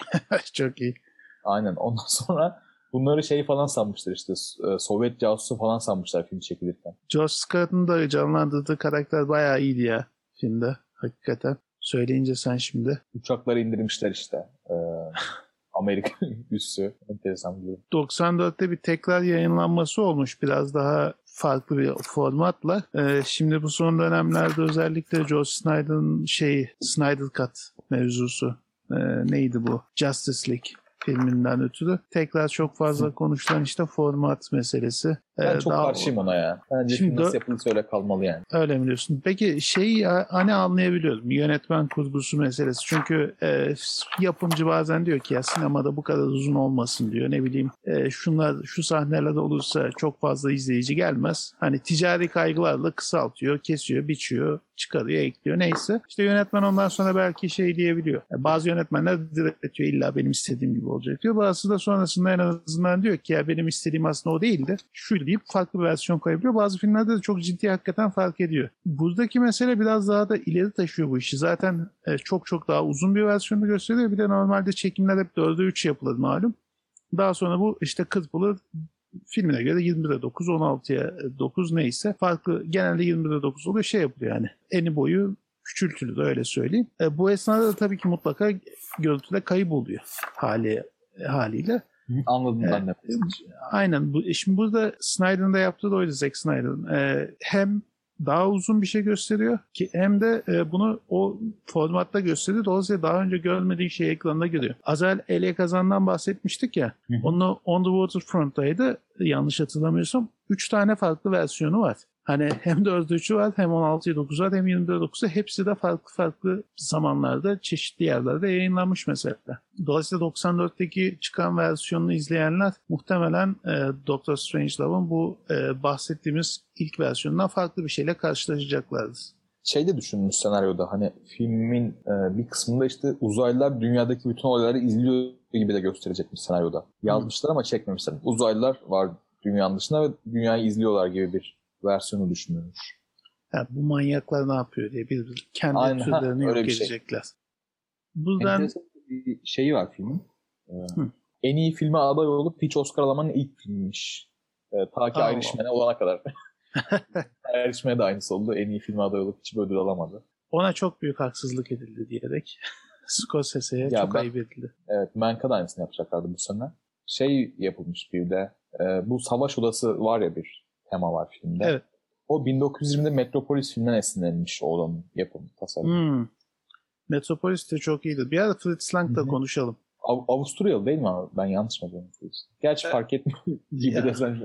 Çok iyi. Aynen. Ondan sonra bunları şey falan sanmışlar işte Sovyet casusu falan sanmışlar film çekilirken. George Scott'ın da canlandırdığı karakter bayağı iyiydi ya filmde. Hakikaten. Söyleyince sen şimdi. Uçakları indirmişler işte. Ee, Amerika üssü. Enteresan bir durum. doksan dörtte bir tekrar yayınlanması olmuş. Biraz daha farklı bir formatla. Ee, şimdi bu son dönemlerde özellikle George Snyder'ın şeyi, Snyder Cut mevzusu. Ee, neydi bu? Justice League filminden ötürü. Tekrar çok fazla konuşulan işte format meselesi. Ben Ee, çok daha... karşıyım ona ya. Bence Şimdi film nasıl dö- yapılırsa öyle kalmalı yani. Öyle mi diyorsun? Peki şeyi hani anlayabiliyorum. Yönetmen kurgusu meselesi. Çünkü e, yapımcı bazen diyor ki ya sinemada bu kadar uzun olmasın diyor. Ne bileyim e, şunlar şu sahneler olursa çok fazla izleyici gelmez. Hani ticari kaygılarla kısaltıyor, kesiyor, biçiyor, çıkarıyor, ekliyor. Neyse. İşte yönetmen ondan sonra belki şey diyebiliyor. Yani bazı yönetmenler direkt diyor illa benim istediğim gibi olacak diyor. Bazısı da sonrasında en azından diyor ki ya benim istediğim aslında o değildi. Şuydu deyip farklı bir versiyon koyabiliyor. Bazı filmlerde de çok ciddi hakikaten fark ediyor. Buradaki mesele biraz daha da ileri taşıyor bu işi. Zaten e, çok çok daha uzun bir versiyonu gösteriyor. Bir de normalde çekimler hep dörde üç yapılır malum. Daha sonra bu işte kırpılır. Filmine göre yirmi bire dokuz, on altıya dokuz neyse. Farklı genelde yirmi bire dokuz oluyor. Şey yapılıyor yani. Eni boyu küçültülür öyle söyleyeyim. E, bu esnada da tabii ki mutlaka görüntüde kayıp oluyor hali, haliyle. Anladım Ee, ben de. Aynen. Bu, şimdi burada Snyder'ın da yaptığı da oydu, Zack Snyder'ın. Ee, hem daha uzun bir şey gösteriyor ki hem de e, bunu o formatta gösteriyor. Dolayısıyla daha önce görmediği şey ekranına giriyor. Azel Elia Kazan'dan bahsetmiştik ya. Hı hı. Onun On the Waterfront'taydı. Yanlış hatırlamıyorsam. Üç tane farklı versiyonu var. Hani hem dörde üçü var, hem on altıya dokuz var, hem yirmi bire dokuzu. Hepsi de farklı farklı zamanlarda, çeşitli yerlerde yayınlanmış mesela. Dolayısıyla doksan dörtteki çıkan versiyonunu izleyenler muhtemelen e, Doctor Strangelove'ın bu e, bahsettiğimiz ilk versiyonundan farklı bir şeyle karşılaşacaklardır. Şey de düşünmüş senaryoda hani filmin e, bir kısmında işte uzaylılar dünyadaki bütün olayları izliyor gibi de gösterecekmiş senaryoda. Yazmışlar ama çekmemişler. Uzaylılar var dünyanın dışında ve dünyayı izliyorlar gibi bir versiyonu düşünülmüş. Yani bu manyaklar ne yapıyor diye bir kendi Aynen, türlerini ha, yok öyle bir şey. edecekler. Buradan Enteresan bir şeyi var filmin. Ee, Hı. en iyi filme aday olup hiç Oscar alamanın ilk filmiymiş. Ee, ta ki Allah. Irishman'e olana kadar. Irishman'e de aynısı oldu. En iyi filme aday olup hiç ödül alamadı. ona çok büyük haksızlık edildi diyerek Scorsese'ye Ya çok ben- ayıp edildi. Evet, Manka da aynısını yapacaklardı bu sene. Şey yapılmış bir de. e, bu Savaş Odası var ya bir tema var filmde. Evet. O bin dokuz yüz yirmide Metropolis filmden esinlenmiş o odanın yapımı, tasarımı. Hmm. Metropolis de çok iyiydi. Bir ara Fritz Lang'da Hı hı. konuşalım. Av- Avusturyalı değil mi abi? Ben yanlış mı diyorum? Gerçi fark etmiyor gibi Ya. de sen.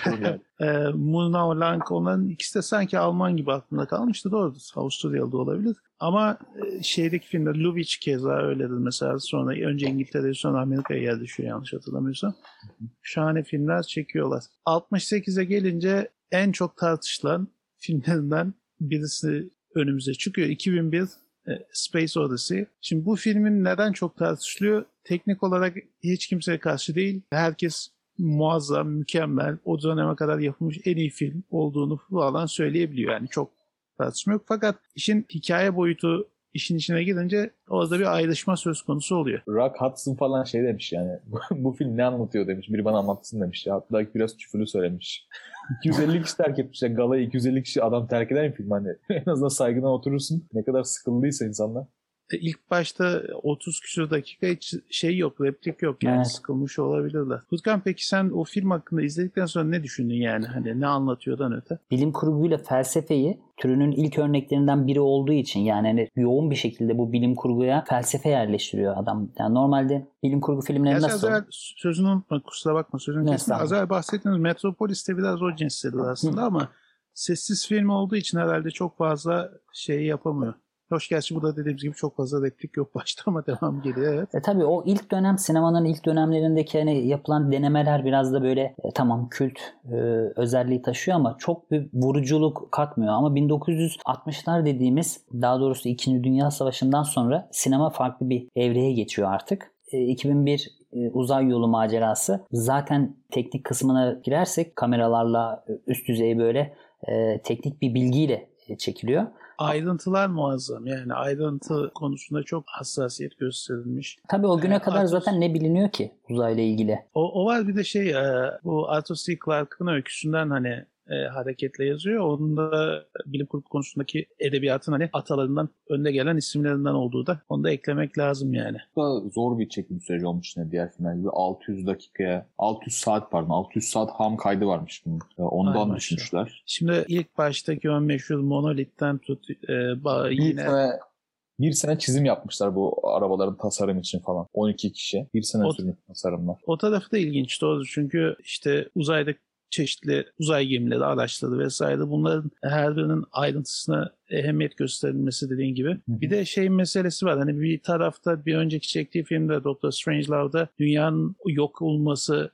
E, Murnau Lang onların ikisi de sanki Alman gibi aklımda kalmıştı. Doğrudur. Avusturyalı da olabilir. Ama e, şeydeki filmler Lubitsch keza öyledir mesela. Sonra önce İngiltere'ye sonra Amerika'ya yerleşiyor yanlış hatırlamıyorsam. Şahane filmler çekiyorlar. altmış sekize gelince en çok tartışılan filmlerinden birisi önümüze çıkıyor. iki bin bir e, Space Odyssey. Şimdi bu filmin neden çok tartışılıyor? Teknik olarak hiç kimseye karşı değil. Herkes muazzam, mükemmel, o döneme kadar yapılmış en iyi film olduğunu falan söyleyebiliyor. Yani çok tartışma yok. Fakat işin hikaye boyutu işin içine girince orada bir ayrışma söz konusu oluyor. Rock Hudson falan şey demiş yani. Bu film ne anlatıyor demiş. Biri bana anlatsın demiş. Ya. Hatta biraz küfürlü söylemiş. iki yüz elli kişi terk etmiş. Yani galayı iki yüz elli kişi adam terk eder mi film? Hani en azından saygına oturursun. Ne kadar sıkıldıysa insanlar. E, İlk başta otuz küsur dakika hiç şey yok, replik yok yani Evet. sıkılmış olabilirler. Furkan peki sen o film hakkında izledikten sonra ne düşündün yani? Hani ne anlatıyordan öte? Bilim kurguyla felsefeyi türünün ilk örneklerinden biri olduğu için yani hani yoğun bir şekilde bu bilim kurguya felsefe yerleştiriyor adam. Yani normalde bilim kurgu filmleri Gerçi nasıl? az evvel sözünü unutma, kusura bakma sözünü Ne kestim. estağfurullah. Az evvel bahsettiğiniz Metropolis'te biraz o cinstedir aslında ama sessiz film olduğu için herhalde çok fazla şey yapamıyor. Hoş gerçi burada dediğimiz gibi çok fazla replik yok başta ama devam geliyor evet. E tabii o ilk dönem sinemanın ilk dönemlerindeki hani yapılan denemeler biraz da böyle e, tamam kült e, özelliği taşıyor ama çok bir vuruculuk katmıyor. Ama bin dokuz yüz altmışlar dediğimiz daha doğrusu İkinci Dünya Savaşı'ndan sonra sinema farklı bir evreye geçiyor artık. E, iki bin bir e, uzay yolu macerası zaten teknik kısmına girersek kameralarla e, üst düzey böyle e, teknik bir bilgiyle e, çekiliyor. Ayrıntılar muazzam yani ayrıntı konusunda çok hassasiyet gösterilmiş. Tabii o güne Ee, kadar Atos- zaten ne biliniyor ki uzayla ilgili? O, o var bir de şey e, bu Arthur C. Clarke'ın öyküsünden hani e, hareketle yazıyor. Onun da bilim kurgu konusundaki edebiyatın hani atalarından önde gelen isimlerinden olduğu da onu da eklemek lazım yani. Bu da zor bir çekim süreci olmuş yine diğer filmler gibi. altı yüz dakikaya, altı yüz saat pardon, altı yüz saat ham kaydı varmış bunun. Ee, Ondan Ay maşallah. düşünmüşler. Şimdi ilk baştaki o meşhur monolitten tut e, ba- Bir yine sene, bir sene çizim yapmışlar bu arabaların tasarım için falan. on iki kişi. Bir sene O- sürmüş tasarımlar. o tarafı da ilginç doğru çünkü işte uzayda çeşitli uzay gemileri, araçları vesaire bunların her birinin ayrıntısına ehemmiyet gösterilmesi dediğin gibi. Bir de şey meselesi var. Hani bir tarafta bir önceki çektiği filmde Doktor Strangelove'da dünyanın yok olmasına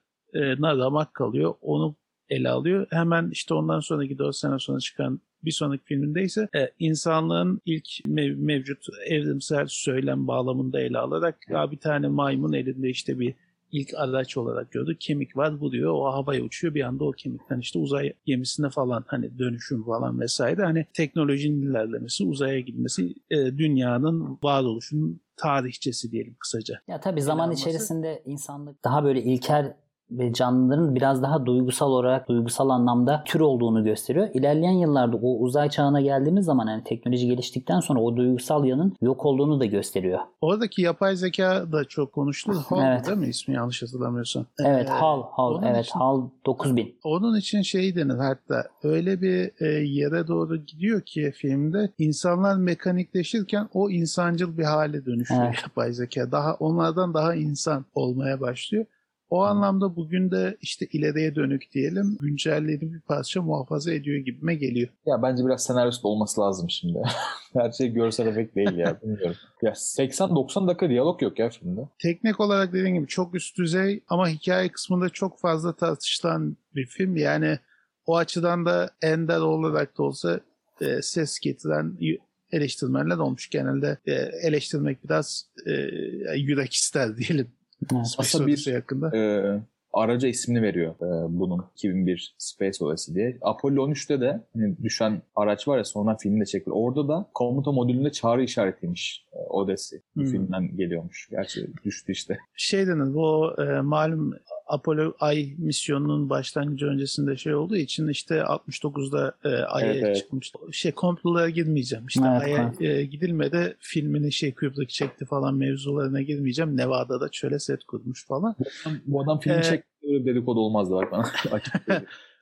ramak kalıyor. Onu ele alıyor. Hemen işte ondan sonraki dört sene sonra çıkan bir sonraki filminde ise e, insanlığın ilk mev- mevcut evrimsel söylem bağlamında ele alarak ya bir tane maymun elinde işte bir ilk araç olarak gördü. Kemik var bu diyor. O havaya uçuyor. Bir anda o kemikten işte uzay gemisine falan hani dönüşüm falan vesaire. Hani teknolojinin ilerlemesi, uzaya gitmesi e, dünyanın varoluşunun tarihçesi diyelim kısaca. Ya tabii zaman alması. içerisinde insanlık daha böyle ilkel ve canlıların biraz daha duygusal olarak, duygusal anlamda tür olduğunu gösteriyor. İlerleyen yıllarda o uzay çağına geldiğimiz zaman yani teknoloji geliştikten sonra o duygusal yanın yok olduğunu da gösteriyor. Oradaki yapay zeka da çok konuşulur. Hal Evet. değil mi ismi yanlış hatırlamıyorsam? Evet, Ee, HAL, HAL, onun evet, için- HAL dokuz bin. Onun için şey denir hatta öyle bir e, yere doğru gidiyor ki filmde insanlar mekanikleşirken o insancıl bir hale dönüşüyor Evet. yapay zeka. Daha onlardan daha insan olmaya başlıyor. O anlamda bugün de işte ileriye dönük diyelim güncellediği bir parça muhafaza ediyor gibime geliyor. Ya bence biraz senaryosu da olması lazım şimdi. Her şey görsel efekt değil ya. Bilmiyorum. Ya seksen doksan dakika diyalog yok ya filmde. Teknik olarak dediğim gibi çok üst düzey ama hikaye kısmında çok fazla tartışılan bir film. Yani o açıdan da ender olarak da olsa e, ses getiren eleştirmenler olmuş. Genelde e, eleştirmek biraz e, yürek ister diyelim. Evet. Space Aslında bir- Odyssey hakkında. Ee, araca ismini veriyor e, bunun iki bin bir Space Odyssey diye. Apollo on üçte de hani düşen araç var ya sonradan filmde çekildi. Orada da komuta modülünde çağrı işaretiymiş e, Odyssey. Bu Hmm. filmden geliyormuş. Gerçi düştü işte. Şey denir bu e, malum Apollo Ay misyonunun başlangıcı öncesinde şey olduğu için işte altmış dokuzda e, Ay'a Evet, evet. çıkmış. Şey komplolara girmeyeceğim. İşte Evet, Ay'a evet. e, gidilmede filmini şey Kubrick çekti falan mevzularına girmeyeceğim. Nevada'da çöle set kurmuş falan. Bu adam filmi Ee, çekti öyle bir dedikodu olmazdı bak bana. Açık söyleyeyim.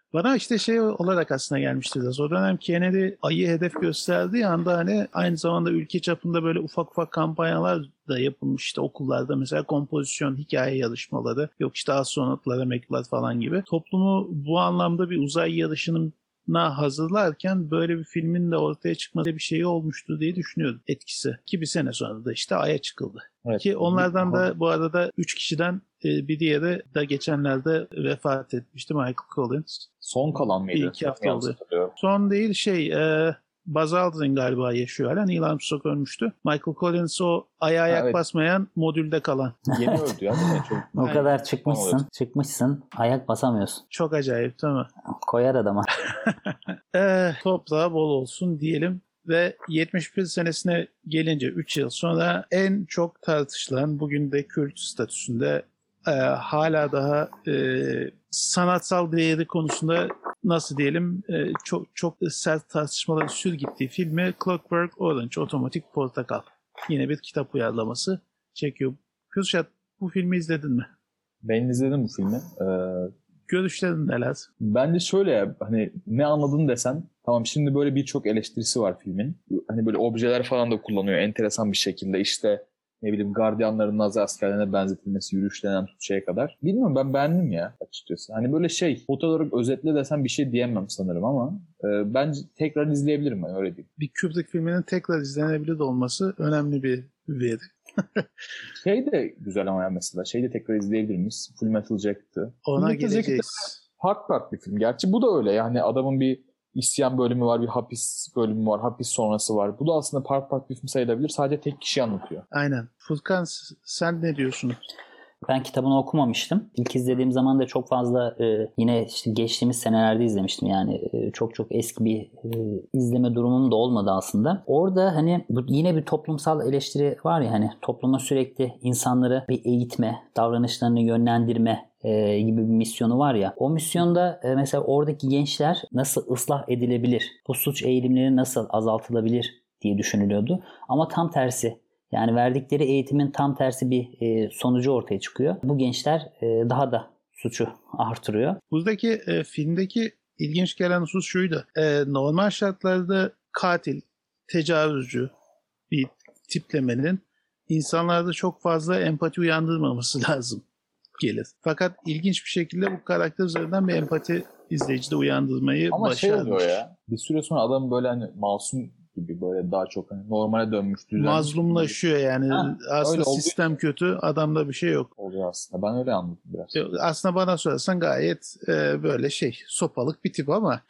Bana işte şey olarak aslında gelmişti biraz. O dönem Kennedy ayı hedef gösterdiği anda hani aynı zamanda ülke çapında böyle ufak ufak kampanyalar da yapılmış. İşte okullarda mesela kompozisyon, hikaye yarışmaları, yok işte astronotlara mektuplar falan gibi. Toplumu bu anlamda bir uzay yarışının hazırlarken böyle bir filmin de ortaya çıkması bir şey olmuştu diye düşünüyorum etkisi. Ki bir sene sonra da işte Ay'a çıkıldı. Evet. Ki onlardan da bu arada üç kişiden bir diğeri de geçenlerde vefat etmişti, Michael Collins. Son kalan mıydı? Bir iki hafta oldu. Son değil şey e, Buzz Aldrin galiba yaşıyor hala. Neil Armstrong ölmüştü. Michael Collins o aya ayak evet. basmayan modülde kalan. Yeni öldü ya. Çok... O yani, kadar çıkmışsın. Çıkmışsın. Ayak basamıyorsun. Çok acayip değil mi? Koyar adama. e, toprağı bol olsun diyelim. Ve yetmiş bir senesine gelince üç yıl sonra en çok tartışılan, bugün de kült statüsünde e, hala daha e, sanatsal değeri konusunda nasıl diyelim e, çok çok sert tartışmaların sür gittiği filmi Clockwork Orange, Otomatik Portakal. Yine bir kitap uyarlaması çekiyor. Kürşat, bu filmi izledin mi? Ben izledim bu filmi. Ee... Görüşlerin neler? Bence şöyle ya, hani ne anladın desen, tamam şimdi böyle birçok eleştirisi var filmin. Hani böyle objeler falan da kullanıyor enteresan bir şekilde. İşte ne bileyim gardiyanların Nazi askerlerine benzetilmesi, yürüyüşlerinden tut şeye kadar. Bilmiyorum, ben beğendim ya açıkçası. Hani böyle şey, foto olarak özetle desem bir şey diyemem sanırım ama e, bence tekrar izleyebilirim ben, öyle diyeyim. Bir Kubrick filminin tekrar izlenebilir olması önemli bir veri. Şey de güzel ama ya mesela. Şey de tekrar izleyebilir miyiz? Full Metal Jacket'ı. Ona Full Metal geleceğiz. Farklı farklı bir film. Gerçi bu da öyle. Yani adamın bir isyan bölümü var, bir hapis bölümü var, hapis sonrası var. Bu da aslında farklı farklı bir film sayılabilir. Sadece tek kişi anlatıyor. Aynen. Furkan, sen ne diyorsun? Ben kitabını okumamıştım. İlk izlediğim zaman da çok fazla e, yine işte geçtiğimiz senelerde izlemiştim. Yani e, çok çok eski bir e, izleme durumum da olmadı aslında. Orada hani bu, yine bir toplumsal eleştiri var ya, hani topluma sürekli insanları bir eğitme, davranışlarını yönlendirme e, gibi bir misyonu var ya. O misyonda e, mesela oradaki gençler nasıl ıslah edilebilir? Bu suç eğilimleri nasıl azaltılabilir diye düşünülüyordu. Ama tam tersi. Yani verdikleri eğitimin tam tersi bir e, sonucu ortaya çıkıyor. Bu gençler e, daha da suçu artırıyor. Buradaki e, filmdeki ilginç gelen husus şuydu. E, normal şartlarda katil, tecavüzcü bir tiplemenin insanlarda çok fazla empati uyandırmaması lazım gelir. Fakat ilginç bir şekilde bu karakter üzerinden bir empati izleyicide uyandırmayı Ama başarmış. Ama şey oluyor ya, bir süre sonra adam böyle hani masum gibi, böyle daha çok hani normale dönmüş, düzenli. Mazlumlaşıyor yani. Ha, aslında sistem olduğu... kötü, adamda bir şey yok. Oluyor aslında. Ben öyle anladım biraz. Aslında bana sorarsan gayet e, böyle şey, sopalık bir tip ama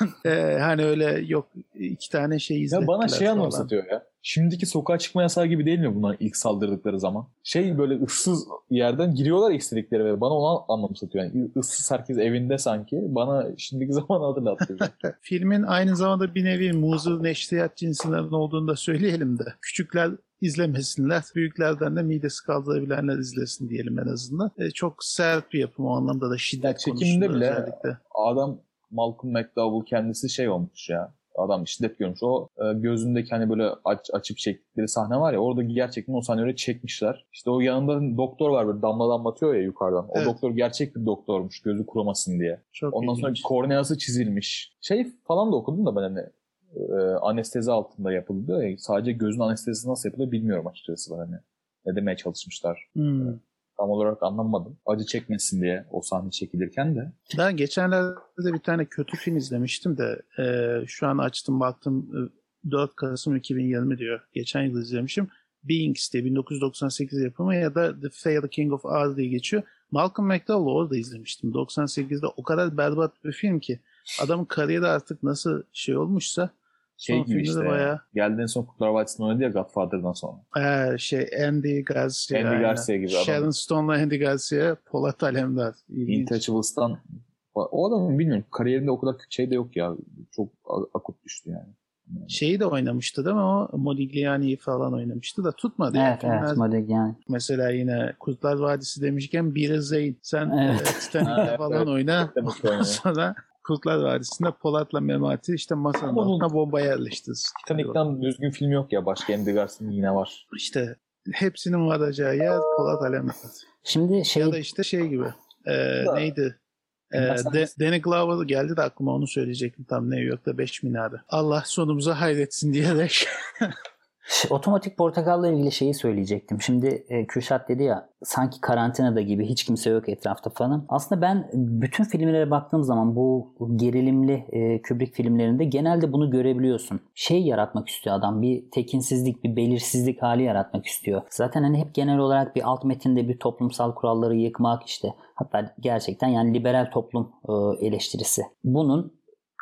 e, hani öyle yok iki tane şey izlettiler. Ya bana şey anımsatıyor ya. Şimdiki sokağa çıkma yasağı gibi değil mi bunlar ilk saldırdıkları zaman? Şey, böyle ıssız yerden giriyorlar istedikleri ve bana onu anlamsatıyor. Yani ıssız, herkes evinde sanki. Bana şimdiki zaman hatırlattı. Filmin aynı zamanda bir nevi muzur neşriyat cinsinden olduğunu da söyleyelim de. Küçükler izlemesinler. Büyüklerden de midesi kaldırabilenler izlesin diyelim en azından. E, çok sert bir yapım, o anlamda da şiddet ya konusunda bile özellikle. Adam Malcolm McDowell kendisi şey olmuş ya. Adam şiddet görmüş. O e, gözündeki hani böyle aç, açıp çektikleri sahne var ya, orada gerçekten o sahneleri çekmişler. İşte o yanında doktor var, böyle damla damlatıyor ya yukarıdan. O evet. Doktor gerçek bir doktormuş, gözü kurumasın diye. Çok Ondan ilginç. Sonra korneası çizilmiş. Şey falan da okudum da ben hani e, anestezi altında yapıldı. E, sadece gözün anestezisi nasıl yapılıyor bilmiyorum açıkçası ben hani. Ne demeye çalışmışlar. Hmm. Tam olarak anlamadım. Acı çekmesin diye o sahne çekilirken de. Ben geçenlerde bir tane kötü film izlemiştim de e, şu an açtım baktım dört Kasım iki bin yirmi diyor. Geçen yıl izlemişim. Beings diye bin dokuz yüz doksan sekiz yapımı ya da The Fair King of Oz diye geçiyor. Malcolm McDowell'ı orada izlemiştim. doksan sekizde o kadar berbat bir film ki adamın kariyeri artık nasıl şey olmuşsa şey son gibi işte bayağı... geldiğin son Kurtlar Vadisi'nde oynadı ya Godfather'dan sonra. Ee, şey Andy Garcia. Andy Garcia gibi adam. Sharon Stone'la Andy Garcia, Polat Alemdar. Intouchables'tan o adamın bilmiyorum kariyerinde o kadar şey de yok ya. Çok akut düştü yani. Şeyi de oynamıştı değil mi o? Modigliani'yi falan oynamıştı da tutmadı. Evet yani. Evet Modigliani. Mesela yine Kurtlar Vadisi demişken Biri Zeyn. Sen evet. Titanic'te falan evet. oyna. Sonra Kurtlar Vadisi'nde Polat'la Memati işte masanın altına bomba yerleştiririz. Titanic'ten düzgün film yok ya. Başka Andy Garcia'nın yine var. İşte hepsinin varacağı yer Polat Alemdar. Şimdi şey... Ya da işte şey gibi. E, neydi? Ee, De- Danny Glover geldi de aklıma, onu söyleyecektim tam, New York'ta beş minare. Allah sonumuza hayretsin diyerek. Otomatik Portakal'la ilgili şeyi söyleyecektim. Şimdi e, Kürşat dedi ya, sanki karantinada gibi, hiç kimse yok etrafta falan. Aslında ben bütün filmlere baktığım zaman bu gerilimli e, Kubrick filmlerinde genelde bunu görebiliyorsun. Şey yaratmak istiyor adam. Bir tekinsizlik, bir belirsizlik hali yaratmak istiyor. Zaten hani hep genel olarak bir alt metinde bir toplumsal kuralları yıkmak işte. Hatta gerçekten yani liberal toplum e, eleştirisi. Bunun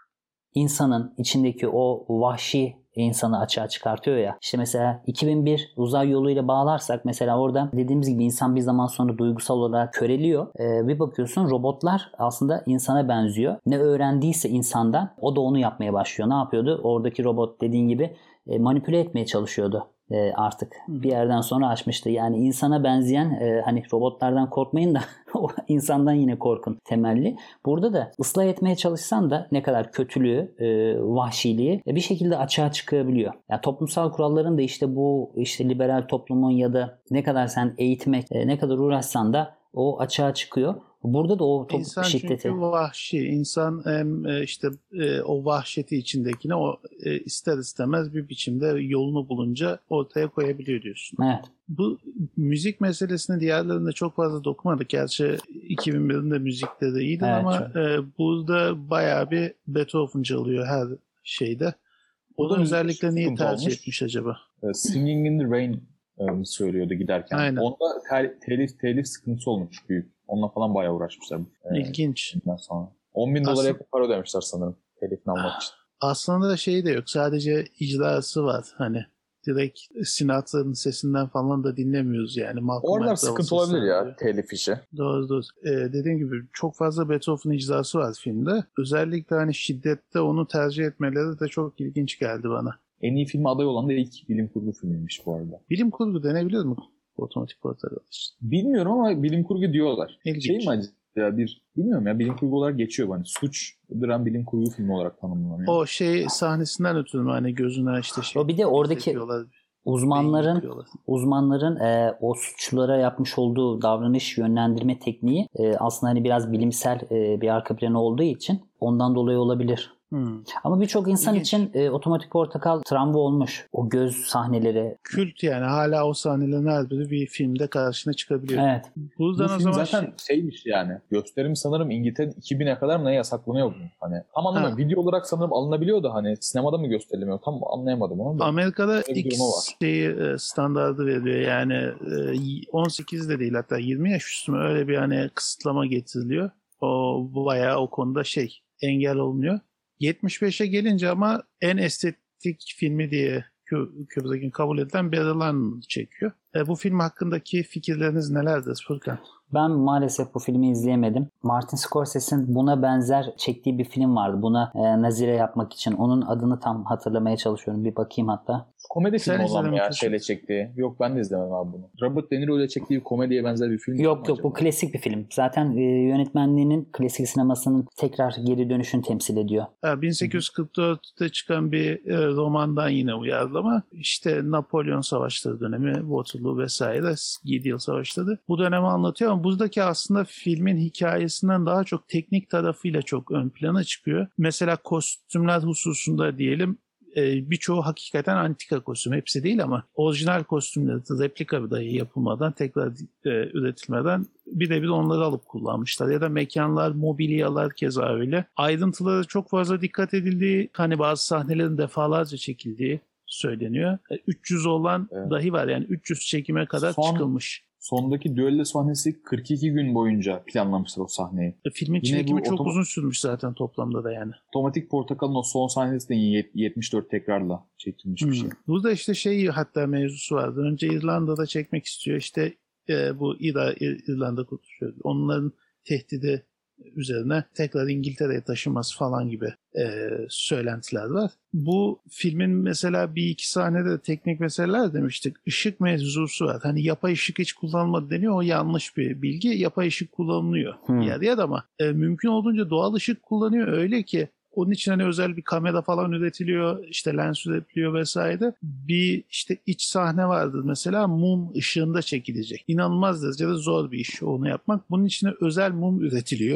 insanın içindeki o vahşi insanı açığa çıkartıyor ya. İşte mesela iki bin bir uzay yoluyla bağlarsak mesela orada dediğimiz gibi insan bir zaman sonra duygusal olarak köreliyor. Ee, bir bakıyorsun robotlar aslında insana benziyor. Ne öğrendiyse insandan o da onu yapmaya başlıyor. Ne yapıyordu? Oradaki robot dediğin gibi e, manipüle etmeye çalışıyordu. E, artık bir yerden sonra açmıştı. Yani insana benzeyen e, hani robotlardan korkmayın da o insandan yine korkun temelli. Burada da ıslah etmeye çalışsan da ne kadar kötülüğü, e, vahşiliği e, bir şekilde açığa çıkabiliyor. Yani toplumsal kuralların da işte bu işte liberal toplumun ya da ne kadar sen eğitmek, e, ne kadar uğraşsan da o açığa çıkıyor. Burada da o top İnsan şiddeti. çünkü vahşi. İnsan hem e, işte e, o vahşeti içindekine o e, ister istemez bir biçimde yolunu bulunca ortaya koyabiliyor diyorsun. Evet. Bu müzik meselesini diğerlerinde çok fazla dokunmadık. Gerçi iki bin birinde müzikte de iyiydi, Evet, ama e, burada bayağı bir Beethoven çalıyor her şeyde. Burada Onu müzikte özellikle şu niye sıkıntı tercih olmuş. etmiş acaba? E, Singing in the Rain e, söylüyordu giderken. Aynen. Onda tel- telif, telif sıkıntısı olmuş büyük. Onunla falan bayağı uğraşmışlar. E, İlginç. ondan sonra. on bin dolara Aslında- yakın para ödemişler sanırım telifini almak için. Aslında da şey de yok. Sadece icrası var. Hani direkt Sinatra'nın sesinden falan da dinlemiyoruz yani. Malcolm Oralar McDowell sıkıntı olabilir ya seslendiriyor. telif işi. Doğru doğru. Ee, dediğim gibi çok fazla Beethoven icrası var filmde. Özellikle hani şiddette onu tercih etmeleri de çok ilginç geldi bana. En iyi filme aday olan da ilk bilim kurgu filmiymiş bu arada. Bilim kurgu denebilir mi Otomatik Portakal için? Bilmiyorum ama bilim kurgu diyorlar. İlginç. Şey mi acaba bir bilmiyorum ya, bilim kurgu olarak geçiyor bana. Suç, dram, bilim kurgu filmi olarak tanımlanıyor. O şey sahnesinden ötürü mü hani gözüne işte şey. O bir de oradaki izletiyorlar, beyin uzmanların yıkıyorlar. uzmanların e, o suçlulara yapmış olduğu davranış yönlendirme tekniği e, aslında hani biraz bilimsel e, bir arka planı olduğu için ondan dolayı olabilir. Hmm. Ama birçok insan İlginç. için e, Otomatik Portakal travma olmuş. O göz sahneleri. Kült yani, hala o sahnelerin her biri bir filmde karşına çıkabiliyor. Evet. Bu Buradan o film zaman zaten şey- şeymiş yani. Gösterim sanırım İngiltere'de iki bine kadar mı ne yasaklanıyor bu? Hani tam anlamıyorum. Ha. Video olarak sanırım alınabiliyor da hani sinemada mı gösterilmiyor? Tam anlayamadım onu da. Amerika'da Öyle bir X durumu var. şeyi, e, standardı veriyor. Yani e, on sekiz de değil, hatta yirmi yaş üstü mü, öyle bir hani kısıtlama getiriliyor. O bayağı o konuda şey, engel olmuyor. yetmiş beşe gelince ama en estetik filmi diye Kü- Kubrick'in kabul edilen Barry'Lyndon çekiyor. E, bu film hakkındaki fikirleriniz nelerdir Furkan? Ben maalesef bu filmi izleyemedim. Martin Scorsese'nin buna benzer çektiği bir film vardı. Buna e, nazire yapmak için. Onun adını tam hatırlamaya çalışıyorum. Bir bakayım hatta. Komedi Sen filmi olan izledin mı mi ya Kürşat? şeyle çektiği? Yok, ben de izlemedim abi bunu. Robert De Niro ile çektiği bir komediye benzer bir film. Yok yok, bu klasik bir film. Zaten e, yönetmenliğinin klasik sinemasının tekrar geri dönüşünü temsil ediyor. Ha, bin sekiz yüz kırk dörtte çıkan bir e, romandan yine uyarlama. İşte Napolyon Savaşları dönemi, Waterloo vesaire, yedi yıl savaşları. Bu dönemi anlatıyor ama buradaki aslında filmin hikayesinden daha çok teknik tarafıyla çok ön plana çıkıyor. Mesela kostümler hususunda diyelim, e, birçoğu hakikaten antika kostüm. Hepsi değil ama orijinal kostümleri replika dahi yapılmadan, tekrar e, üretilmeden birebir onları alıp kullanmışlar. Ya da mekanlar, mobilyalar keza öyle. Ayrıntılara çok fazla dikkat edildiği, hani bazı sahnelerin defalarca çekildiği söyleniyor. E, üç yüz olan Evet. dahi var, yani üç yüz çekime kadar Son- çıkılmış. Sondaki düello sahnesi kırk iki gün boyunca planlamışlar o sahneyi. E, filmin Yine çekimi bu çok otoma- uzun sürmüş zaten toplamda da yani. Otomatik Portakal'ın o son sahnesi de yet- yetmiş dört tekrarla çekilmiş bir Hmm. şey. Burada işte şey, hatta mevzusu vardı. Önce İrlanda'da çekmek istiyor. İşte e, bu İra, İr- İrlanda kurtuluyor. Onların tehdidi üzerine tekrar İngiltere'ye taşınması falan gibi e, söylentiler var. Bu filmin mesela bir iki sahnede de teknik meseleler demiştik. Işık mevzusu var. Hani yapay ışık hiç kullanılmadı deniyor. O yanlış bir bilgi. Yapay ışık kullanılıyor Hmm. yer yer ama e, mümkün olduğunca doğal ışık kullanıyor. Öyle ki onun için hani özel bir kamera falan üretiliyor, işte lens üretiliyor vesaire. Bir işte iç sahne vardı mesela, mum ışığında çekilecek. İnanılmaz derecede zor bir iş onu yapmak. Bunun için özel mum üretiliyor.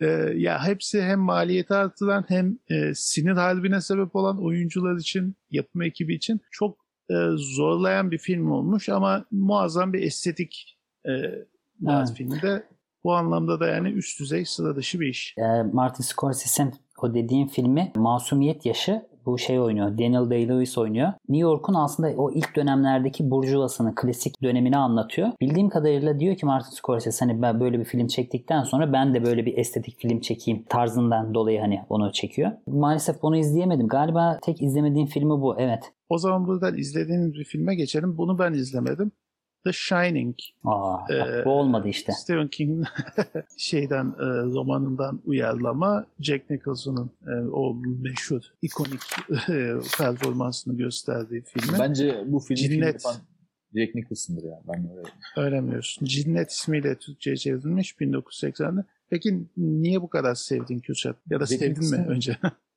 Ee, ya hepsi hem maliyeti artıran hem e, sinir harbine sebep olan oyuncular için, yapım ekibi için çok e, zorlayan bir film olmuş ama muazzam bir estetik e, var Evet. filmde. Bu anlamda da yani üst düzey, sıra dışı bir iş. Ee, Martin Scorsese'nin o dediğim filmi Masumiyet Yaşı, bu şey oynuyor. Daniel Day-Lewis oynuyor. New York'un aslında o ilk dönemlerdeki burjuvasını, klasik dönemini anlatıyor. Bildiğim kadarıyla diyor ki Martin Scorsese hani ben böyle bir film çektikten sonra ben de böyle bir estetik film çekeyim tarzından dolayı hani onu çekiyor. Maalesef onu izleyemedim. Galiba tek izlemediğim filmi bu. Evet. O zaman buradan izlediğiniz bir filme geçelim. Bunu ben izlemedim. The Shining. Aa, bak, Ee, bu olmadı işte. Stephen King'in şeyden e, romanından uyarlama, Jack Nicholson'ın e, o meşhur, ikonik e, performansını gösterdiği filmi. Bence bu filmi film Cinnet. yapan Jack Nicholson'dır ya. Ben öyle. Öğrenmiyorsun. Cinnet ismiyle Türkçe'ye çevrilmiş bin dokuz yüz seksende. Peki niye bu kadar sevdin Kürşat? Ya da Jack sevdin mi Nicholson- önce?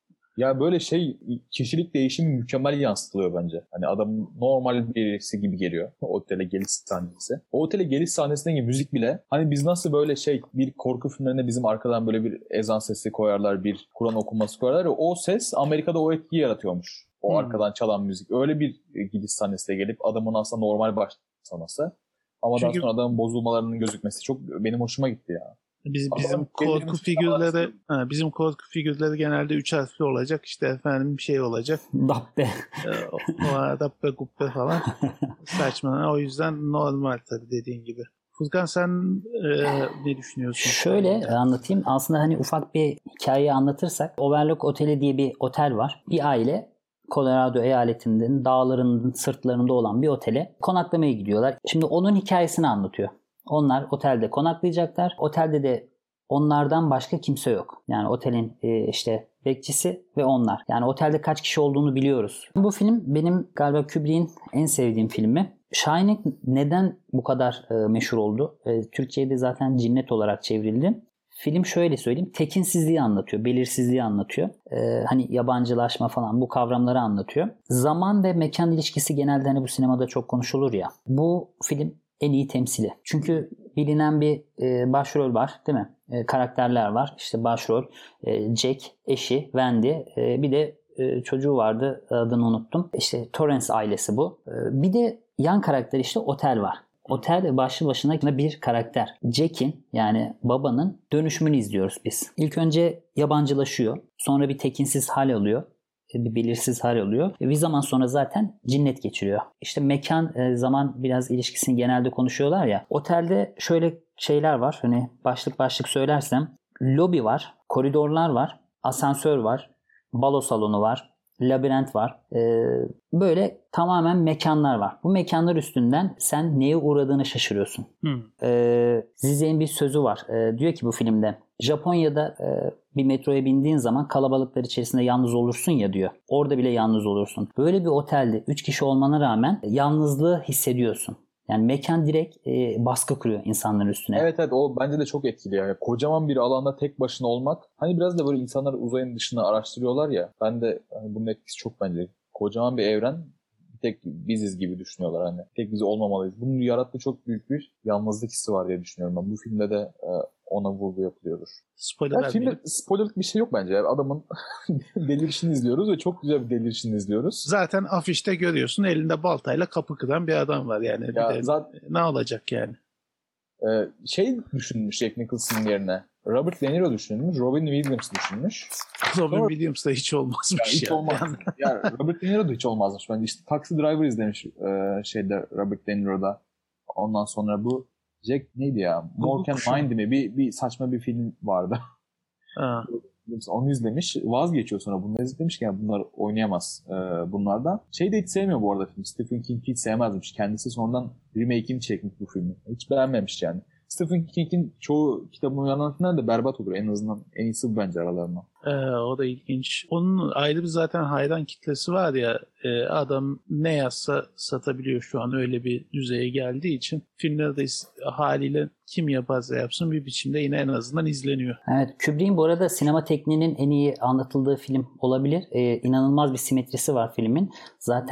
Ya böyle şey, kişilik değişimi mükemmel yansıtılıyor bence. Hani adamın normal birisi gibi geliyor. O otele geliş sahnesi. O otele geliş sahnesindeki müzik bile hani biz nasıl böyle şey bir korku filmlerinde bizim arkadan böyle bir ezan sesi koyarlar, bir Kur'an okunması koyarlar ya, o ses Amerika'da o etkiyi yaratıyormuş. O Hmm. arkadan çalan müzik. Öyle bir gidiş sahnesine gelip adamın aslında normal başlaması. Ama Çünkü- daha sonra adamın bozulmalarının gözükmesi çok benim hoşuma gitti ya. Biz, Ama bizim korku belirli figürleri sinemada- ha, bizim korku figürleri genelde üç harfli olacak. İşte efendim bir şey olacak. Dabbe. Ee, o, o arada pe guppe falan. Saçma. O yüzden normal tabii dediğin gibi. Furkan sen e, ne düşünüyorsun? Şöyle anlatayım. Aslında hani ufak bir hikayeyi anlatırsak Overlook Oteli diye bir otel var. Bir aile Colorado eyaletinin dağlarının sırtlarında olan bir otele konaklamaya gidiyorlar. Şimdi onun hikayesini anlatıyor. Onlar otelde konaklayacaklar. Otelde de onlardan başka kimse yok. Yani otelin e, işte bekçisi ve onlar. Yani otelde kaç kişi olduğunu biliyoruz. Bu film benim galiba Kubrick'in en sevdiğim filmi. Shining neden bu kadar e, meşhur oldu? E, Türkçe'de zaten Cinnet olarak çevrildi. Film şöyle söyleyeyim, tekinsizliği anlatıyor, belirsizliği anlatıyor. Ee, hani yabancılaşma falan bu kavramları anlatıyor. Zaman ve mekan ilişkisi genelde hani bu sinemada çok konuşulur ya. Bu film en iyi temsili. Çünkü bilinen bir e, başrol var değil mi? E, karakterler var. İşte başrol e, Jack, eşi Wendy, e, bir de e, çocuğu vardı, adını unuttum. İşte Torrance ailesi bu. E, bir de yan karakter işte otel var. Otel başlı başına bir karakter. Jack'in yani babanın dönüşümünü izliyoruz biz. İlk önce yabancılaşıyor. Sonra bir tekinsiz hal alıyor. Bir belirsiz hal alıyor. Ve bir zaman sonra zaten cinnet geçiriyor. İşte mekan zaman biraz ilişkisini genelde konuşuyorlar ya. Otelde şöyle şeyler var. Hani başlık başlık söylersem. Lobi var. Koridorlar var. Asansör var. Balo salonu var. Labirent var. Ee, böyle tamamen mekanlar var. Bu mekanlar üstünden sen neye uğradığını şaşırıyorsun. Hmm. Ee, Zizek'in bir sözü var. Ee, diyor ki bu filmde Japonya'da e, bir metroya bindiğin zaman kalabalıklar içerisinde yalnız olursun ya diyor. Orada bile yalnız olursun. Böyle bir otelde üç kişi olmana rağmen yalnızlığı hissediyorsun. Yani mekan direkt e, baskı kuruyor insanların üstüne. Evet evet, o bence de çok etkili yani. Kocaman bir alanda tek başına olmak. Hani biraz da böyle insanlar uzayın dışını araştırıyorlar ya. Ben de hani bunun etkisi çok bence. Kocaman bir evren, bir tek biziz gibi düşünüyorlar hani. Tek biz olmamalıyız. Bunun yarattığı çok büyük bir yalnızlık hissi var diye düşünüyorum ben. Bu filmde de e, ona vurgu yapılıyordur. Spoiler Ya filmde vermeyelim. spoilerlık bir şey yok bence. Yani adamın delirişini izliyoruz ve çok güzel bir delirişini izliyoruz. Zaten afişte görüyorsun elinde baltayla kapı kıran bir adam var yani. Bir Ya de zaten ne olacak yani? e, şey düşünmüş Jack Nicholson'ın yerine. Robert De Niro düşünmüş, Robin Williams düşünmüş. Robin Doğru. Williams da hiç olmazmış Yani hiç ya. olmaz. Yani, Yani Robert De Niro da hiç olmazmış bence. İşte Taxi Driver izlemiş e, şeyde Robert De Niro'da. Ondan sonra bu Jack neydi ya? Mork and Kuşu. Mind mi? Bir, bir saçma bir film vardı. ha. Onu izlemiş. Vazgeçiyor sonra. Bunları izlemiş ki yani bunlar oynayamaz e, bunlardan. Şey de hiç sevmiyor bu arada film. Stephen King hiç sevmezmiş. Kendisi sonradan remake'ini çekmiş bu filmi. Hiç beğenmemiş yani. Stephen King'in çoğu kitabını uyanan filmler de berbat olur. En azından en iyisi bu bence aralarından. Ee, o da ilginç. Onun ayrı bir zaten hayran kitlesi var ya, e, adam ne yazsa satabiliyor şu an, öyle bir düzeye geldiği için filmleri de is- haliyle kim yaparsa yapsın bir biçimde yine en azından izleniyor. Evet, Kubrick'in bu arada sinema tekniğinin en iyi anlatıldığı film olabilir. Ee, inanılmaz bir simetrisi var filmin. Zaten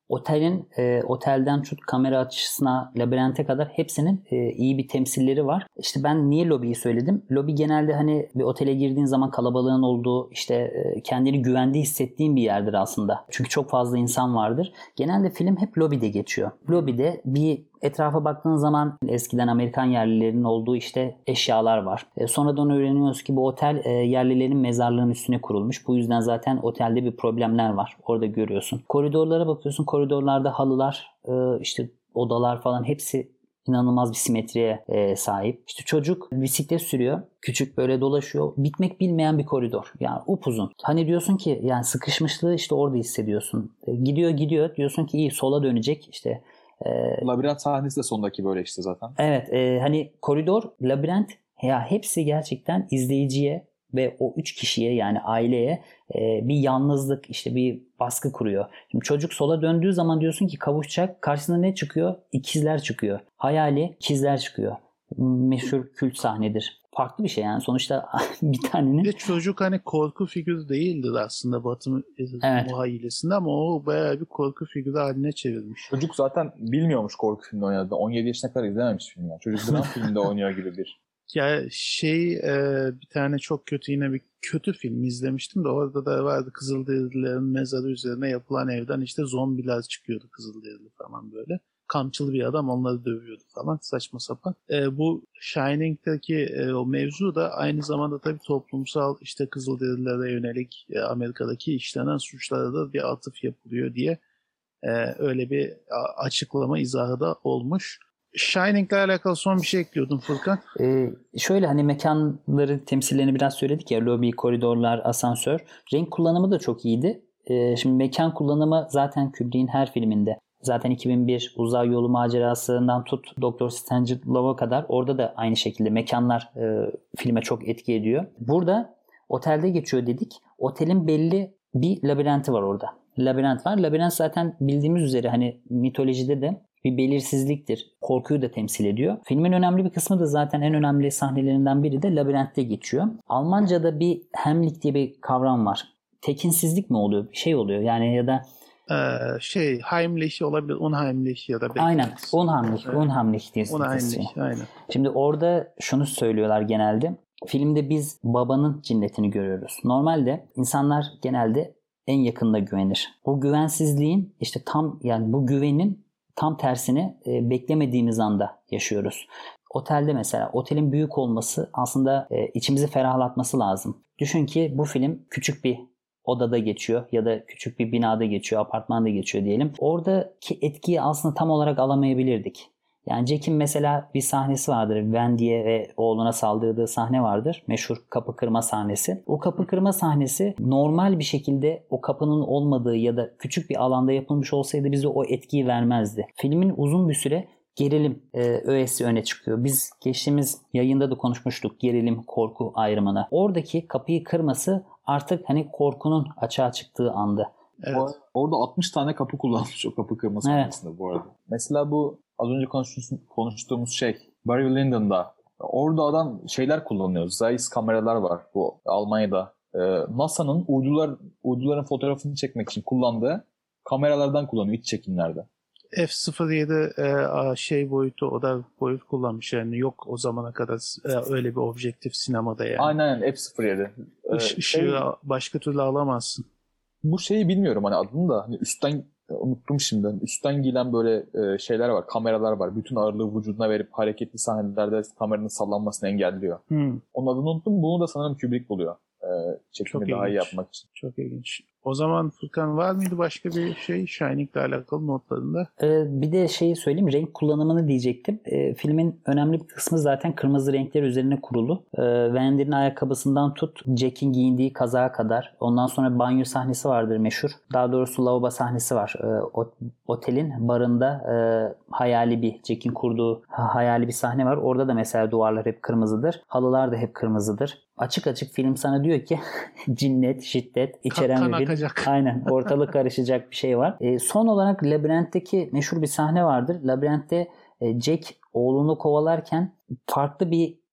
Otelin e, otelden tut kamera açısına, labirente kadar hepsinin e, iyi bir temsilleri var. İşte ben niye lobiyi söyledim? Lobi genelde hani bir otele girdiğin zaman kalabalığın olduğu, işte e, kendini güvende hissettiğin bir yerdir aslında. Çünkü çok fazla insan vardır. Genelde film hep lobide geçiyor. Lobide bir etrafa baktığın zaman eskiden Amerikan yerlilerinin olduğu işte eşyalar var. E, sonradan öğreniyoruz ki bu otel e, yerlilerin mezarlığının üstüne kurulmuş. Bu yüzden zaten otelde bir problemler var. Orada görüyorsun. Koridorlara bakıyorsun. Koridorlarda halılar, e, işte odalar falan hepsi inanılmaz bir simetriye e, sahip. İşte çocuk bisiklet sürüyor. Küçük böyle dolaşıyor. Bitmek bilmeyen bir koridor. Yani upuzun. Hani diyorsun ki yani sıkışmışlığı işte orada hissediyorsun. E, gidiyor gidiyor. Diyorsun ki iyi sola dönecek. İşte Ee, labirent sahnesi de sondaki böyle işte zaten. Evet, e, hani koridor, labirent ya hepsi gerçekten izleyiciye ve o üç kişiye yani aileye e, bir yalnızlık, işte bir baskı kuruyor. Şimdi çocuk sola döndüğü zaman diyorsun ki kavuşacak. Karşısına ne çıkıyor? İkizler çıkıyor. Hayali ikizler çıkıyor. Meşhur kült sahnedir. Farklı bir şey yani. Sonuçta bir tanenin... Ve çocuk hani korku figürü değildir aslında Batı Evet. muhayyilesinde ama o bayağı bir korku figürü haline çevirmiş. Çocuk zaten bilmiyormuş korku filmde oynadı. on yedi yaşına kadar izlememiş film yani. Çocuk dram filminde oynuyor gibi bir. Ya şey e, bir tane çok kötü yine bir kötü film izlemiştim de orada da vardı Kızılderililerin mezarı üzerine yapılan evden işte zombiler çıkıyordu Kızılderili falan böyle. Kamçılı bir adam onları dövüyordu falan saçma sapan. E, bu Shining'deki e, o mevzu da aynı zamanda tabii toplumsal işte Kızılderililere yönelik e, Amerika'daki işlenen suçlara da bir atıf yapılıyor diye e, öyle bir a, açıklama izahı da olmuş. Shining'le alakalı son bir şey ekliyordum Furkan. Ee, şöyle hani mekanların temsillerini biraz söyledik ya, lobi, koridorlar, asansör. Renk kullanımı da çok iyiydi. Ee, şimdi mekan kullanımı zaten Kubrick'in her filminde. Zaten iki bin bir Uzay Yolu Macerası'ndan tut Doktor Strangelove'a kadar orada da aynı şekilde mekanlar e, filme çok etki ediyor. Burada otelde geçiyor dedik. Otelin belli bir labirenti var orada. Labirent var. Labirent zaten bildiğimiz üzere hani mitolojide de bir belirsizliktir. Korkuyu da temsil ediyor. Filmin önemli bir kısmı da zaten en önemli sahnelerinden biri de labirentte geçiyor. Almanca'da bir Hemlik diye bir kavram var. Tekinsizlik mi oluyor? Bir şey oluyor. Yani ya da Ee, şey Heimlich olabilir. Unheimlich ya da Beckett. aynen. Unheimlich. Evet. Unheimlich diye. Unheimlich. Aynen. Şimdi orada şunu söylüyorlar genelde. Filmde biz babanın cinnetini görüyoruz. Normalde insanlar genelde en yakınına güvenir. Bu güvensizliğin işte tam yani bu güvenin tam tersini e, beklemediğimiz anda yaşıyoruz. Otelde mesela otelin büyük olması aslında e, içimizi ferahlatması lazım. Düşün ki bu film küçük bir odada geçiyor ya da küçük bir binada geçiyor, apartmanda geçiyor diyelim. Oradaki etkiyi aslında tam olarak alamayabilirdik. Yani Jack'in mesela bir sahnesi vardır. Wendy'ye ve oğluna saldırdığı sahne vardır. Meşhur kapı kırma sahnesi. O kapı kırma sahnesi normal bir şekilde o kapının olmadığı ya da küçük bir alanda yapılmış olsaydı bize o etkiyi vermezdi. Filmin uzun bir süre gerilim e, öğesi öne çıkıyor. Biz geçtiğimiz yayında da konuşmuştuk gerilim korku ayrımını. Oradaki kapıyı kırması artık hani korkunun açığa çıktığı anda. Evet. Orada altmış tane kapı kullanmış o kapı kırma sahnesinde evet. Bu arada. Mesela bu az önce konuştuğumuz, konuştuğumuz şey Barry Lyndon'da orada adam şeyler kullanıyor. Zeiss kameralar var bu Almanya'da. Ee, NASA'nın uydular uyduların fotoğrafını çekmek için kullandığı kameralardan kullanıyor iç çekimlerde. F sıfır yedi e, şey boyutu o da boyut kullanmış yani yok o zamana kadar e, öyle bir objektif sinemada yani. Aynen F sıfır yedi. Ee, Işığı şey, başka türlü alamazsın. Bu şeyi bilmiyorum hani adını da hani üstten unuttum şimdi. Üstten gelen böyle e, şeyler var, kameralar var. Bütün ağırlığı vücuduna verip hareketli sahnelerde kameranın sallanmasını engelliyor. Hmm. Onun adını unuttum. Bunu da sanırım Kubrick buluyor. E, çekimi Çok daha ilginç. iyi yapmak için. Çok ilginç. O zaman Furkan var mıydı başka bir şey Shining'le alakalı notlarında? Ee, bir de şeyi söyleyeyim. Renk kullanımını diyecektim. Ee, filmin önemli bir kısmı zaten kırmızı renkler üzerine kurulu. Ee, Wendy'nin ayakkabısından tut Jack'in giyindiği kazağa kadar. Ondan sonra banyo sahnesi vardır meşhur. Daha doğrusu lavabo sahnesi var. Ee, otelin barında e, hayali bir Jack'in kurduğu ha, hayali bir sahne var. Orada da mesela duvarlar hep kırmızıdır. Halılar da hep kırmızıdır. Açık açık film sana diyor ki cinnet, şiddet içeren kan bir film. akacak. Aynen. Ortalık karışacak bir şey var. E, son olarak Labirent'teki meşhur bir sahne vardır. Labirent'te e, Jack oğlunu kovalarken farklı bir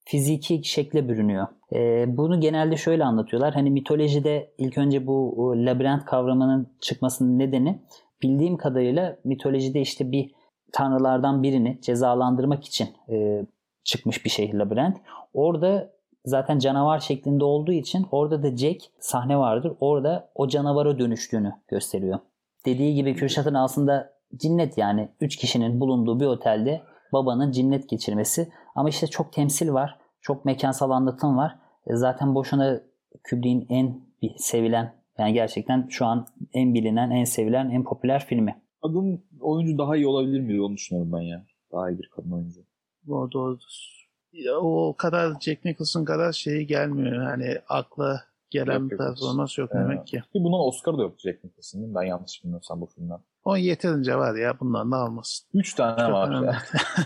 fiziki şekle bürünüyor. Ee, bunu genelde şöyle anlatıyorlar. Hani mitolojide ilk önce bu labirent kavramının çıkmasının nedeni, bildiğim kadarıyla mitolojide işte bir tanrılardan birini cezalandırmak için e, çıkmış bir şey labirent. Orada zaten canavar şeklinde olduğu için orada da Jack sahne vardır. Orada o canavara dönüştüğünü gösteriyor. Dediği gibi Kürşat'ın aslında cinnet, yani üç kişinin bulunduğu bir otelde babanın cinnet geçirmesi. Ama işte çok temsil var. Çok mekansal anlatım var. E zaten boşuna Kubrick'in en sevilen, yani gerçekten şu an en bilinen, en sevilen, en popüler filmi. Kadın oyuncu daha iyi olabilir miydi, onu düşünüyorum ben ya. Daha iyi bir kadın oyuncu. O doğrudur. Ya, o kadar Jack Nicholson kadar şeyi gelmiyor. Hani akla gelen Yok, bir yok. performans yok Ee, demek ki. Ki bundan Oscar da yoktu Jack Nicholson'ın. Ben yanlış bilmiyorsam bu filmden. O yeterince var ya, bundan da almasın. Üç tane Çok var. önemli.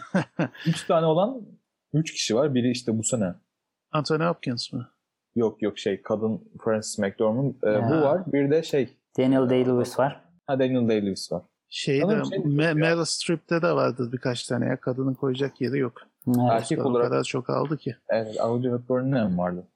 Üç tane olan üç kişi var. Biri işte bu sene. Anthony Hopkins mı? Yok yok şey kadın Frances McDormand. Ee, Ya. bu var. Bir de şey. Daniel Day-Lewis var. Ha, Daniel Day-Lewis var. Şeyde Sanırım şey de Me- çok ya. Meryl Streep'te de vardı birkaç tane ya. Kadının koyacak yeri yok. Evet. Erkek O olarak. kadar çok aldı ki. Evet. Audrey Hepburn'un mi vardı?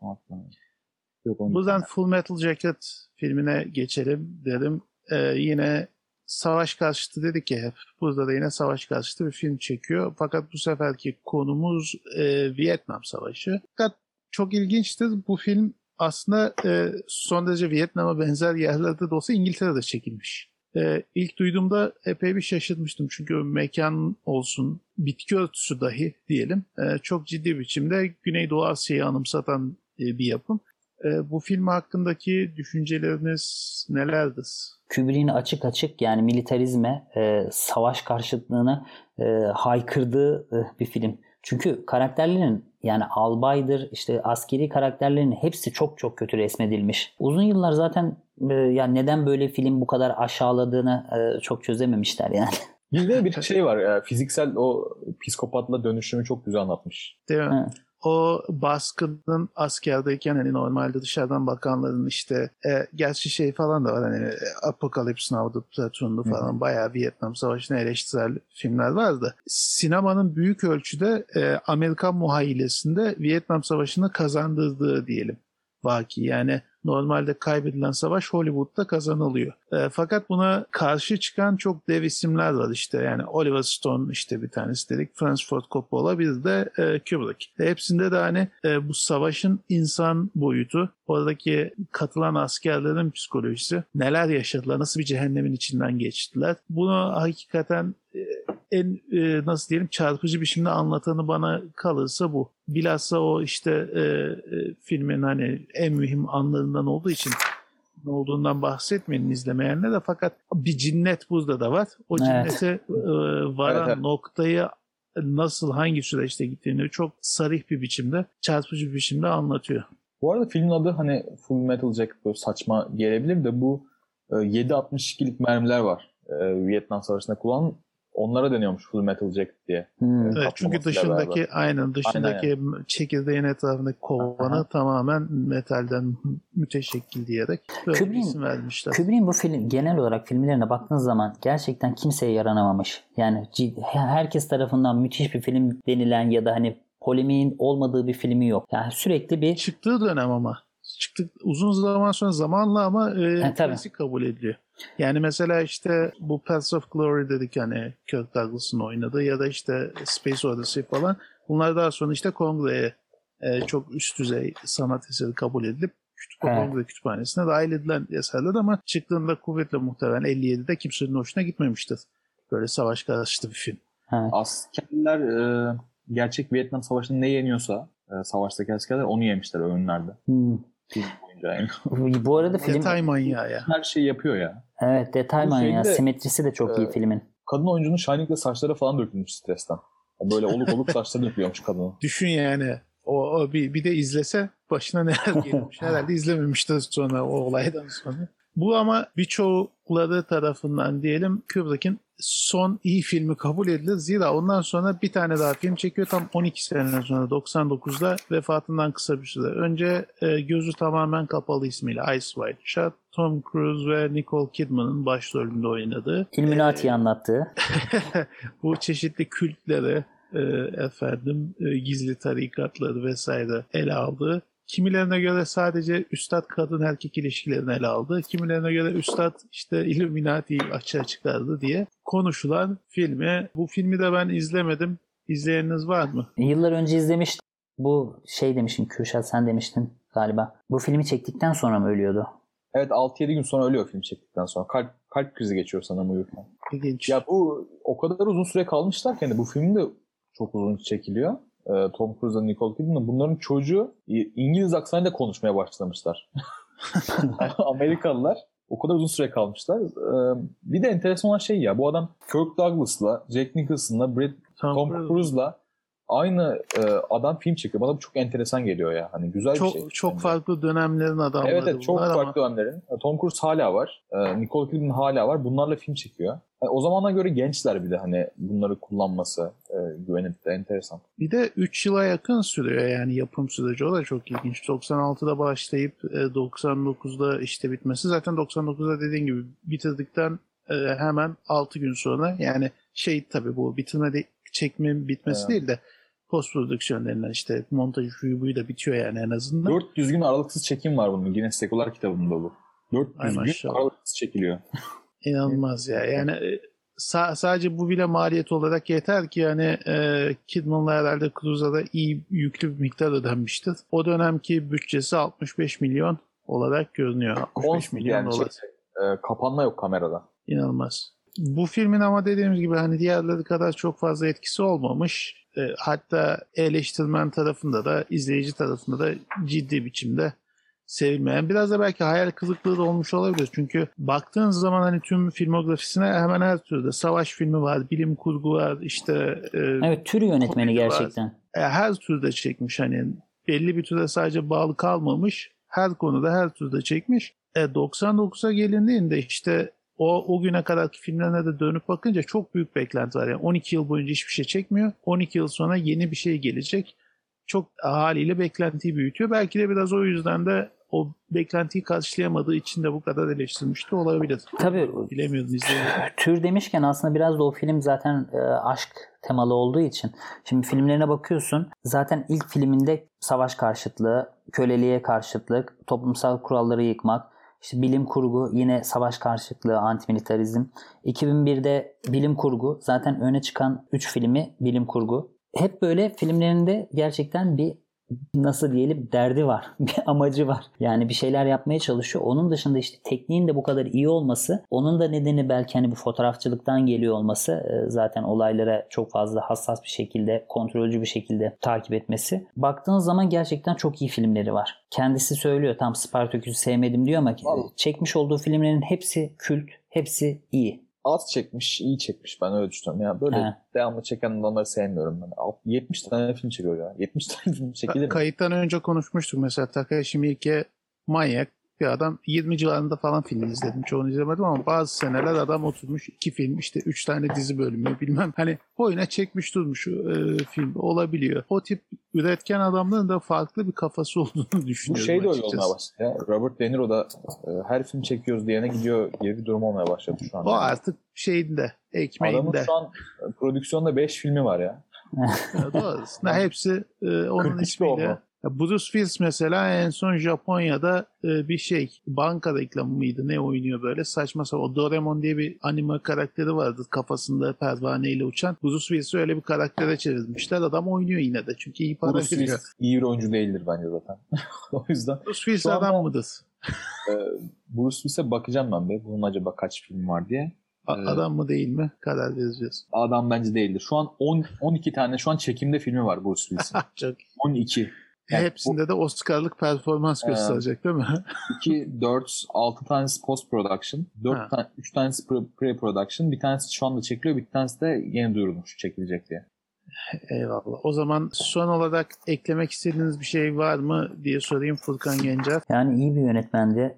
Yok, onu Buradan Full Metal Jacket filmine geçelim dedim. Ee, yine savaş karşıtı dedik ya hep. Burada da yine savaş karşıtı bir film çekiyor. Fakat bu seferki konumuz e, Vietnam Savaşı. Fakat çok ilginçtir. Bu film aslında e, son derece Vietnam'a benzer yerlerde de olsa İngiltere'de çekilmiş. E, ilk duyduğumda epey bir şaşırmıştım. Çünkü mekan olsun, bitki örtüsü dahi diyelim. E, çok ciddi biçimde Güneydoğu Asya'yı anımsatan e, bir yapım. E, bu film hakkındaki düşünceleriniz nelerdir? Kubrick'in açık açık yani militarizme, e, savaş karşıtlığına e, haykırdığı e, bir film. Çünkü karakterlerin, yani albaydır, işte askeri karakterlerin hepsi çok çok kötü resmedilmiş. Uzun yıllar zaten e, yani neden böyle film bu kadar aşağıladığını e, çok çözememişler yani. Bir de bir şey var. Ya, fiziksel o psikopatla dönüşümü çok güzel anlatmış. Değil mi? Hı. O baskının askerdeyken hani normalde dışarıdan bakanların işte e, gerçi şey falan da var, hani e, Apocalypse Now'du, Platoon'du falan, bayağı Vietnam Savaşı'na eleştirel filmler vardı. Sinemanın büyük ölçüde e, Amerikan muhayyilesinde Vietnam Savaşı'nı kazandırdığı diyelim vaki. Yani normalde kaybedilen savaş Hollywood'da kazanılıyor. E, fakat buna karşı çıkan çok dev isimler var işte. Yani Oliver Stone işte bir tanesi dedik. Francis Ford Coppola, bir de e, Kubrick. E, hepsinde de hani e, bu savaşın insan boyutu, oradaki katılan askerlerin psikolojisi, neler yaşadılar, nasıl bir cehennemin içinden geçtiler. Bunu hakikaten e, en e, nasıl diyelim çarpıcı biçimde anlatanı bana kalırsa bu. Bilhassa o işte e, e, filmin hani en mühim anlarından olduğu için ne olduğundan bahsetmeyin izlemeyenler de, fakat bir cinnet burada da var. O Evet. cinnete e, varan Evet, evet. noktayı nasıl, hangi süreçte gittiğini çok sarih bir biçimde, çarpıcı bir biçimde anlatıyor. Bu arada filmin adı hani Full Metal Jacket, böyle saçma gelebilir de bu e, yedi altmış ikilik mermiler var. E, Vietnam Savaşı'nda kullanılan. Onlara deniyormuş Full Metal Jacket diye. Hmm. Evet, çünkü Kaplamasıyla dışındaki beraber. aynen dışındaki Aynen. çekirdeğin etrafındaki kovanı Aha. tamamen metalden müteşekkil diyerek böyle bir Kubrick'in- isim vermişler. Kubrick'in bu film, genel olarak filmlerine baktığınız zaman gerçekten kimseye yaranamamış. Yani cid- herkes tarafından müthiş bir film denilen ya da hani polemiğin olmadığı bir filmi yok. Yani sürekli bir Çıktığı dönem ama. Çıktık uzun zaman sonra zamanla ama e, E, tabii. klasik kabul ediliyor. Yani mesela işte bu Paths of Glory dedik, hani Kirk Douglas'ın oynadığı, ya da işte Space Odyssey falan. Bunlar daha sonra işte kongreye e, çok üst düzey sanat eseri kabul edilip kütüp Evet. kongre kütüphanesine dahil edilen eserler, ama çıktığında kuvvetle muhtemelen elli yedide kimsenin hoşuna gitmemiştir. Böyle savaş karşıtı bir film. evet. Askerler e, gerçek Vietnam Savaşı'nda ne yeniyorsa e, savaştaki askerler onu yemişler öğünlerde. Hmm. Film boyunca yani. Bu arada film Detay manyağı ya. Her şeyi yapıyor ya. evet detay Bu manyağı, şeyde de- simetrisi de çok iyi e, filmin. Kadın oyuncunun Shining'de saçları falan dökülmüş stresten. Böyle oluk oluk saçları dökülüyormuş kadının. Düşün yani. O, o bir, bir de izlese başına neler gelmiş. Herhalde izlememiştir sonra, o olaydan sonra. Bu ama birçokları tarafından diyelim Kubrick'in son iyi filmi kabul edilir. Zira ondan sonra bir tane daha film çekiyor. Tam on iki sene sonra, doksan dokuzda vefatından kısa bir süre önce e, Gözü Tamamen Kapalı ismiyle Eyes Wide Shut, Tom Cruise ve Nicole Kidman'ın başrolünde oynadığı. Illuminati'yi anlattığı. Bu çeşitli kültleri, e, efendim e, gizli tarikatları vesaire ele aldığı, kimilerine göre sadece üstad kadın erkek ilişkilerini ele aldı, kimilerine göre üstad işte Illuminati'yi açığa çıkardı diye konuşulan filmi. Bu filmi de ben izlemedim. İzleyeniniz var mı? Yıllar önce izlemiştim. Bu şey demiştin, Kürşat sen demiştin galiba. Bu filmi çektikten sonra mı ölüyordu? Evet, altı yedi gün sonra ölüyor film çektikten sonra. Kalp, kalp krizi geçiyor sanırım uyurken. İlginç. Ya bu o kadar uzun süre kalmışlar ki hani bu film de çok uzun çekiliyor. Ee, Tom Cruise'la Nicole Kidman'la bunların çocuğu İngiliz aksanıyla konuşmaya başlamışlar. Amerikalılar o kadar uzun süre kalmışlar. Ee, bir de enteresan olan şey ya, bu adam Kirk Douglas'la, Jack Nicholson'la, Brad, Tom, Tom Cruise. Cruise'la aynı e, adam film çekiyor. Bana bu çok enteresan geliyor ya. Hani güzel çok, bir şey. Çok bence. farklı dönemlerin adamları. Evet, evet çok bunlar farklı ama... dönemlerin. Tom Cruise hala var. E, Nicole Kidman hala var. Bunlarla film çekiyor. Yani o zamana göre gençler bir de hani bunları kullanması, e, güvenip de enteresan. Bir de üç yıla yakın sürüyor yani yapım süreci. O da çok ilginç. doksan altıda başlayıp doksan dokuzda işte bitmesi. Zaten doksan dokuzda dediğin gibi bitirdikten hemen altı gün sonra, yani şey tabii bu bitirme de, çekme bitmesi Evet. değil de post prodüksiyon denilen işte montaj şuyu buyu da bitiyor yani en azından. dört yüz gün aralıksız çekim var bunun. Guinness Sekular kitabında bu. dört yüz Ay gün maşallah. aralıksız çekiliyor. İnanılmaz ya. Yani sa- sadece bu bile maliyet olarak yeter ki yani e, Kidman'la herhalde Cruise'a da iyi yüklü bir miktar ödenmiştir. O dönemki bütçesi altmış beş milyon olarak görünüyor. altmış beş Konsül milyon yani dolar. şey, e, kapanma yok kamerada. İnanılmaz. Bu filmin ama dediğimiz gibi hani diğerleri kadar çok fazla etkisi olmamış. E, hatta eleştirmen tarafında da izleyici tarafında da ciddi biçimde sevilmeyen. Biraz da belki hayal kırıklığı da olmuş olabilir. Çünkü baktığın zaman hani tüm filmografisine hemen her türde savaş filmi var, bilim kurgu var, işte e, Evet, tür yönetmeni komedi var. gerçekten. E, her türde çekmiş, hani belli bir türe sadece bağlı kalmamış. Her konuda her türde çekmiş. E, doksan dokuza gelindiğinde işte o, o güne kadarki filmlerine de dönüp bakınca çok büyük beklenti var. Yani on iki yıl boyunca hiçbir şey çekmiyor. on iki yıl sonra yeni bir şey gelecek. Çok haliyle beklentiyi büyütüyor. Belki de biraz o yüzden de o beklentiyi karşılayamadığı için de bu kadar eleştirmiş de olabilir. Tabii. Bilemiyorum, izleyemiyorum. Tür demişken aslında biraz da o film zaten e, aşk temalı olduğu için. Şimdi filmlerine bakıyorsun. Zaten ilk filminde savaş karşıtlığı, köleliğe karşıtlık, toplumsal kuralları yıkmak, işte bilim kurgu, yine savaş karşıtlığı, antimilitarizm. iki bin birde bilim kurgu. Zaten öne çıkan üç filmi bilim kurgu. Hep böyle filmlerinde gerçekten bir, nasıl diyelim, derdi var. Bir amacı var. Yani bir şeyler yapmaya çalışıyor. Onun dışında işte tekniğin de bu kadar iyi olması, onun da nedeni belki hani bu fotoğrafçılıktan geliyor olması, zaten olaylara çok fazla hassas bir şekilde, kontrolcü bir şekilde takip etmesi. Baktığın zaman gerçekten çok iyi filmleri var. Kendisi söylüyor, tam Spartaküs'ü sevmedim diyor ama Vallahi. çekmiş olduğu filmlerin hepsi kült, hepsi iyi. Az çekmiş, iyi çekmiş, ben öyle düşünüyorum. Ya böyle He. devamlı çeken adamları sevmiyorum ben. yetmiş tane film çekiyor ya. yetmiş tane film çekilir mi? Kayıttan önce konuşmuştuk mesela, Takashi Miike manyak bir adam. yirmi civarında falan film izledim. Çoğunu izlemedim ama bazı seneler adam oturmuş iki film, işte üç tane dizi bölümü bilmem. Hani boyuna çekmiş durmuş e, film olabiliyor. O tip üretken adamların da farklı bir kafası olduğunu Bu düşünüyorum şey de öyle açıkçası. olmaya başladı ya. Robert De Niro da e, her film çekiyoruz diyene gidiyor gibi bir durum olmaya başladı şu an. O artık şeyinde, Adamın ekmeğinde. şu an e, prodüksiyonda beş filmi var ya. Ya doğru. Ne hepsi e, onun kırk iki ismiyle. oldu. Ya Bruce Willis mesela en son Japonya'da e, bir şey, banka reklamı mıydı ne oynuyor böyle saçma sapan. O Doraemon diye bir anime karakteri vardı, kafasında pervaneyle uçan. Bruce Willis'i öyle bir karaktere çevirmişler. Adam oynuyor yine de çünkü iyi para Bruce veriyor. Willis iyi bir oyuncu değildir bence zaten. O yüzden Bruce Willis Şu anda- adam mıdır? e, Bruce Willis'e bakacağım ben be. Bunun acaba kaç film var diye. A- Evet. Adam mı değil mi? Karar vereceğiz. Adam bence değildir. Şu an on, on iki tane şu an çekimde filmi var Bruce Willis'in. Çok. on iki. Yani Hepsinde de Oscar'lık performans Ee, gösterecek değil mi? iki, dört, altı tanesi post production, Ha. dört tane, üç tanesi pre production, bir tanesi şu anda çekiliyor, bir tanesi de yeni duyurulmuş çekilecek diye. Eyvallah. O zaman son olarak eklemek istediğiniz bir şey var mı diye sorayım Furkan Gencer. Yani iyi bir yönetmendi.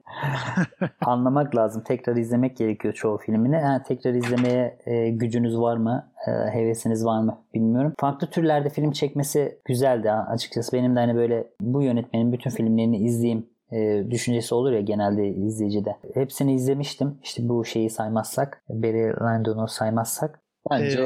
Anlamak lazım. Tekrar izlemek gerekiyor çoğu filmini. Yani tekrar izlemeye e, gücünüz var mı? E, hevesiniz var mı? Bilmiyorum. Farklı türlerde film çekmesi güzeldi ha, açıkçası. Benim de hani böyle bu yönetmenin bütün filmlerini izleyeyim e, düşüncesi olur ya genelde izleyicide. Hepsini izlemiştim. İşte bu şeyi saymazsak, Barry Lyndon'u saymazsak. Bence Eyvallah.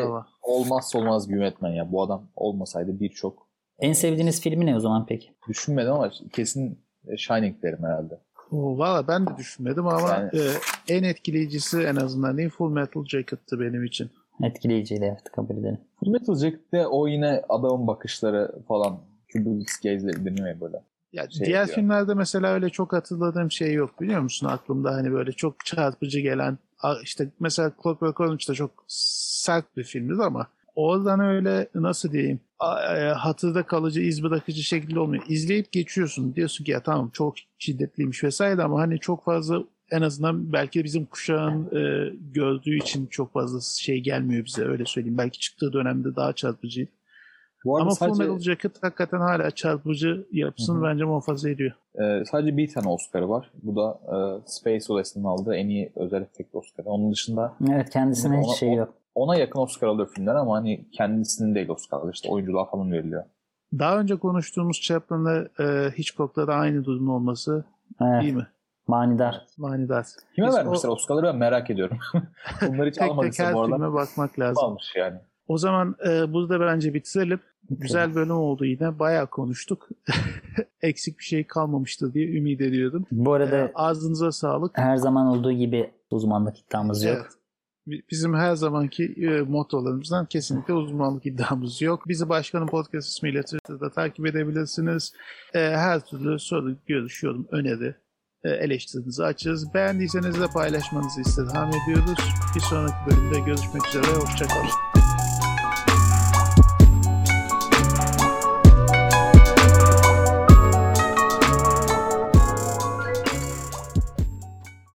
olmazsa olmaz bir yönetmen ya. Bu adam olmasaydı birçok. En sevdiğiniz filmi ne o zaman peki? Düşünmedim ama kesin Shining derim herhalde. Oo, valla ben de düşünmedim ama Yani- e, en etkileyicisi en azından değil Full Metal Jacket'tı benim için. Etkileyiciydi, evet, kabul ederim. Full Metal Jacket'te o yine adamın bakışları falan, Kubrick's gaze'leri deniyor ya böyle. Ya Şey diğer diyor. filmlerde mesela öyle çok hatırladığım şey yok, biliyor musun, aklımda hani böyle çok çarpıcı gelen, a- işte mesela Clockwork Orange da çok sert bir filmdi ama oradan öyle nasıl diyeyim a- e, hatırda kalıcı, iz bırakıcı şekilde olmuyor. İzleyip geçiyorsun, diyorsun ki ya tamam çok şiddetliymiş vesaire ama hani çok fazla, en azından belki bizim kuşağın e, gördüğü için çok fazla şey gelmiyor bize, öyle söyleyeyim. Belki çıktığı dönemde daha çarpıcıydı. Bu arada Ama sadece, Full Metal Jacket hakikaten hala çarpıcı yapısını Hı hı. bence muhafaza ediyor. e, sadece bir tane Oscar'ı var. Bu da e, Space Odyssey'nin aldığı en iyi özel efekt Oscar'ı. Onun dışında Evet, kendisine Ona- hiç şey yok. ona yakın Oscar alıyor filmler ama hani kendisinin değil Oscar alıyor. İşte oyunculuğa falan veriliyor. Daha önce konuştuğumuz Chaplin'le e, Hitchcock'ta da aynı durum olması Evet, iyi mi? manidar. Manidar. Kime Biz vermişler o- Oscar'ları ben merak ediyorum. Bunları hiç Tek tek almadıysa her bu arada. filme bakmak lazım. Almış yani. O zaman e, burada bence bitirelim. Güzel bölüm oldu yine. Bayağı konuştuk. Eksik bir şey kalmamıştır diye ümit ediyorum. Bu arada E, ağzınıza sağlık. her zaman olduğu gibi uzmanlık iddiamız yok. Evet. Bi- Bizim her zamanki e, mottolarımızdan kesinlikle uzmanlık iddiamız yok. Bizi Başkanın Podcast ismiyle Twitter'da takip edebilirsiniz. E, her türlü soru, görüş, yorum, öneri, e, eleştirinizi açığız. Beğendiyseniz de paylaşmanızı istirham ediyoruz. Bir sonraki bölümde görüşmek üzere. Hoşçakalın.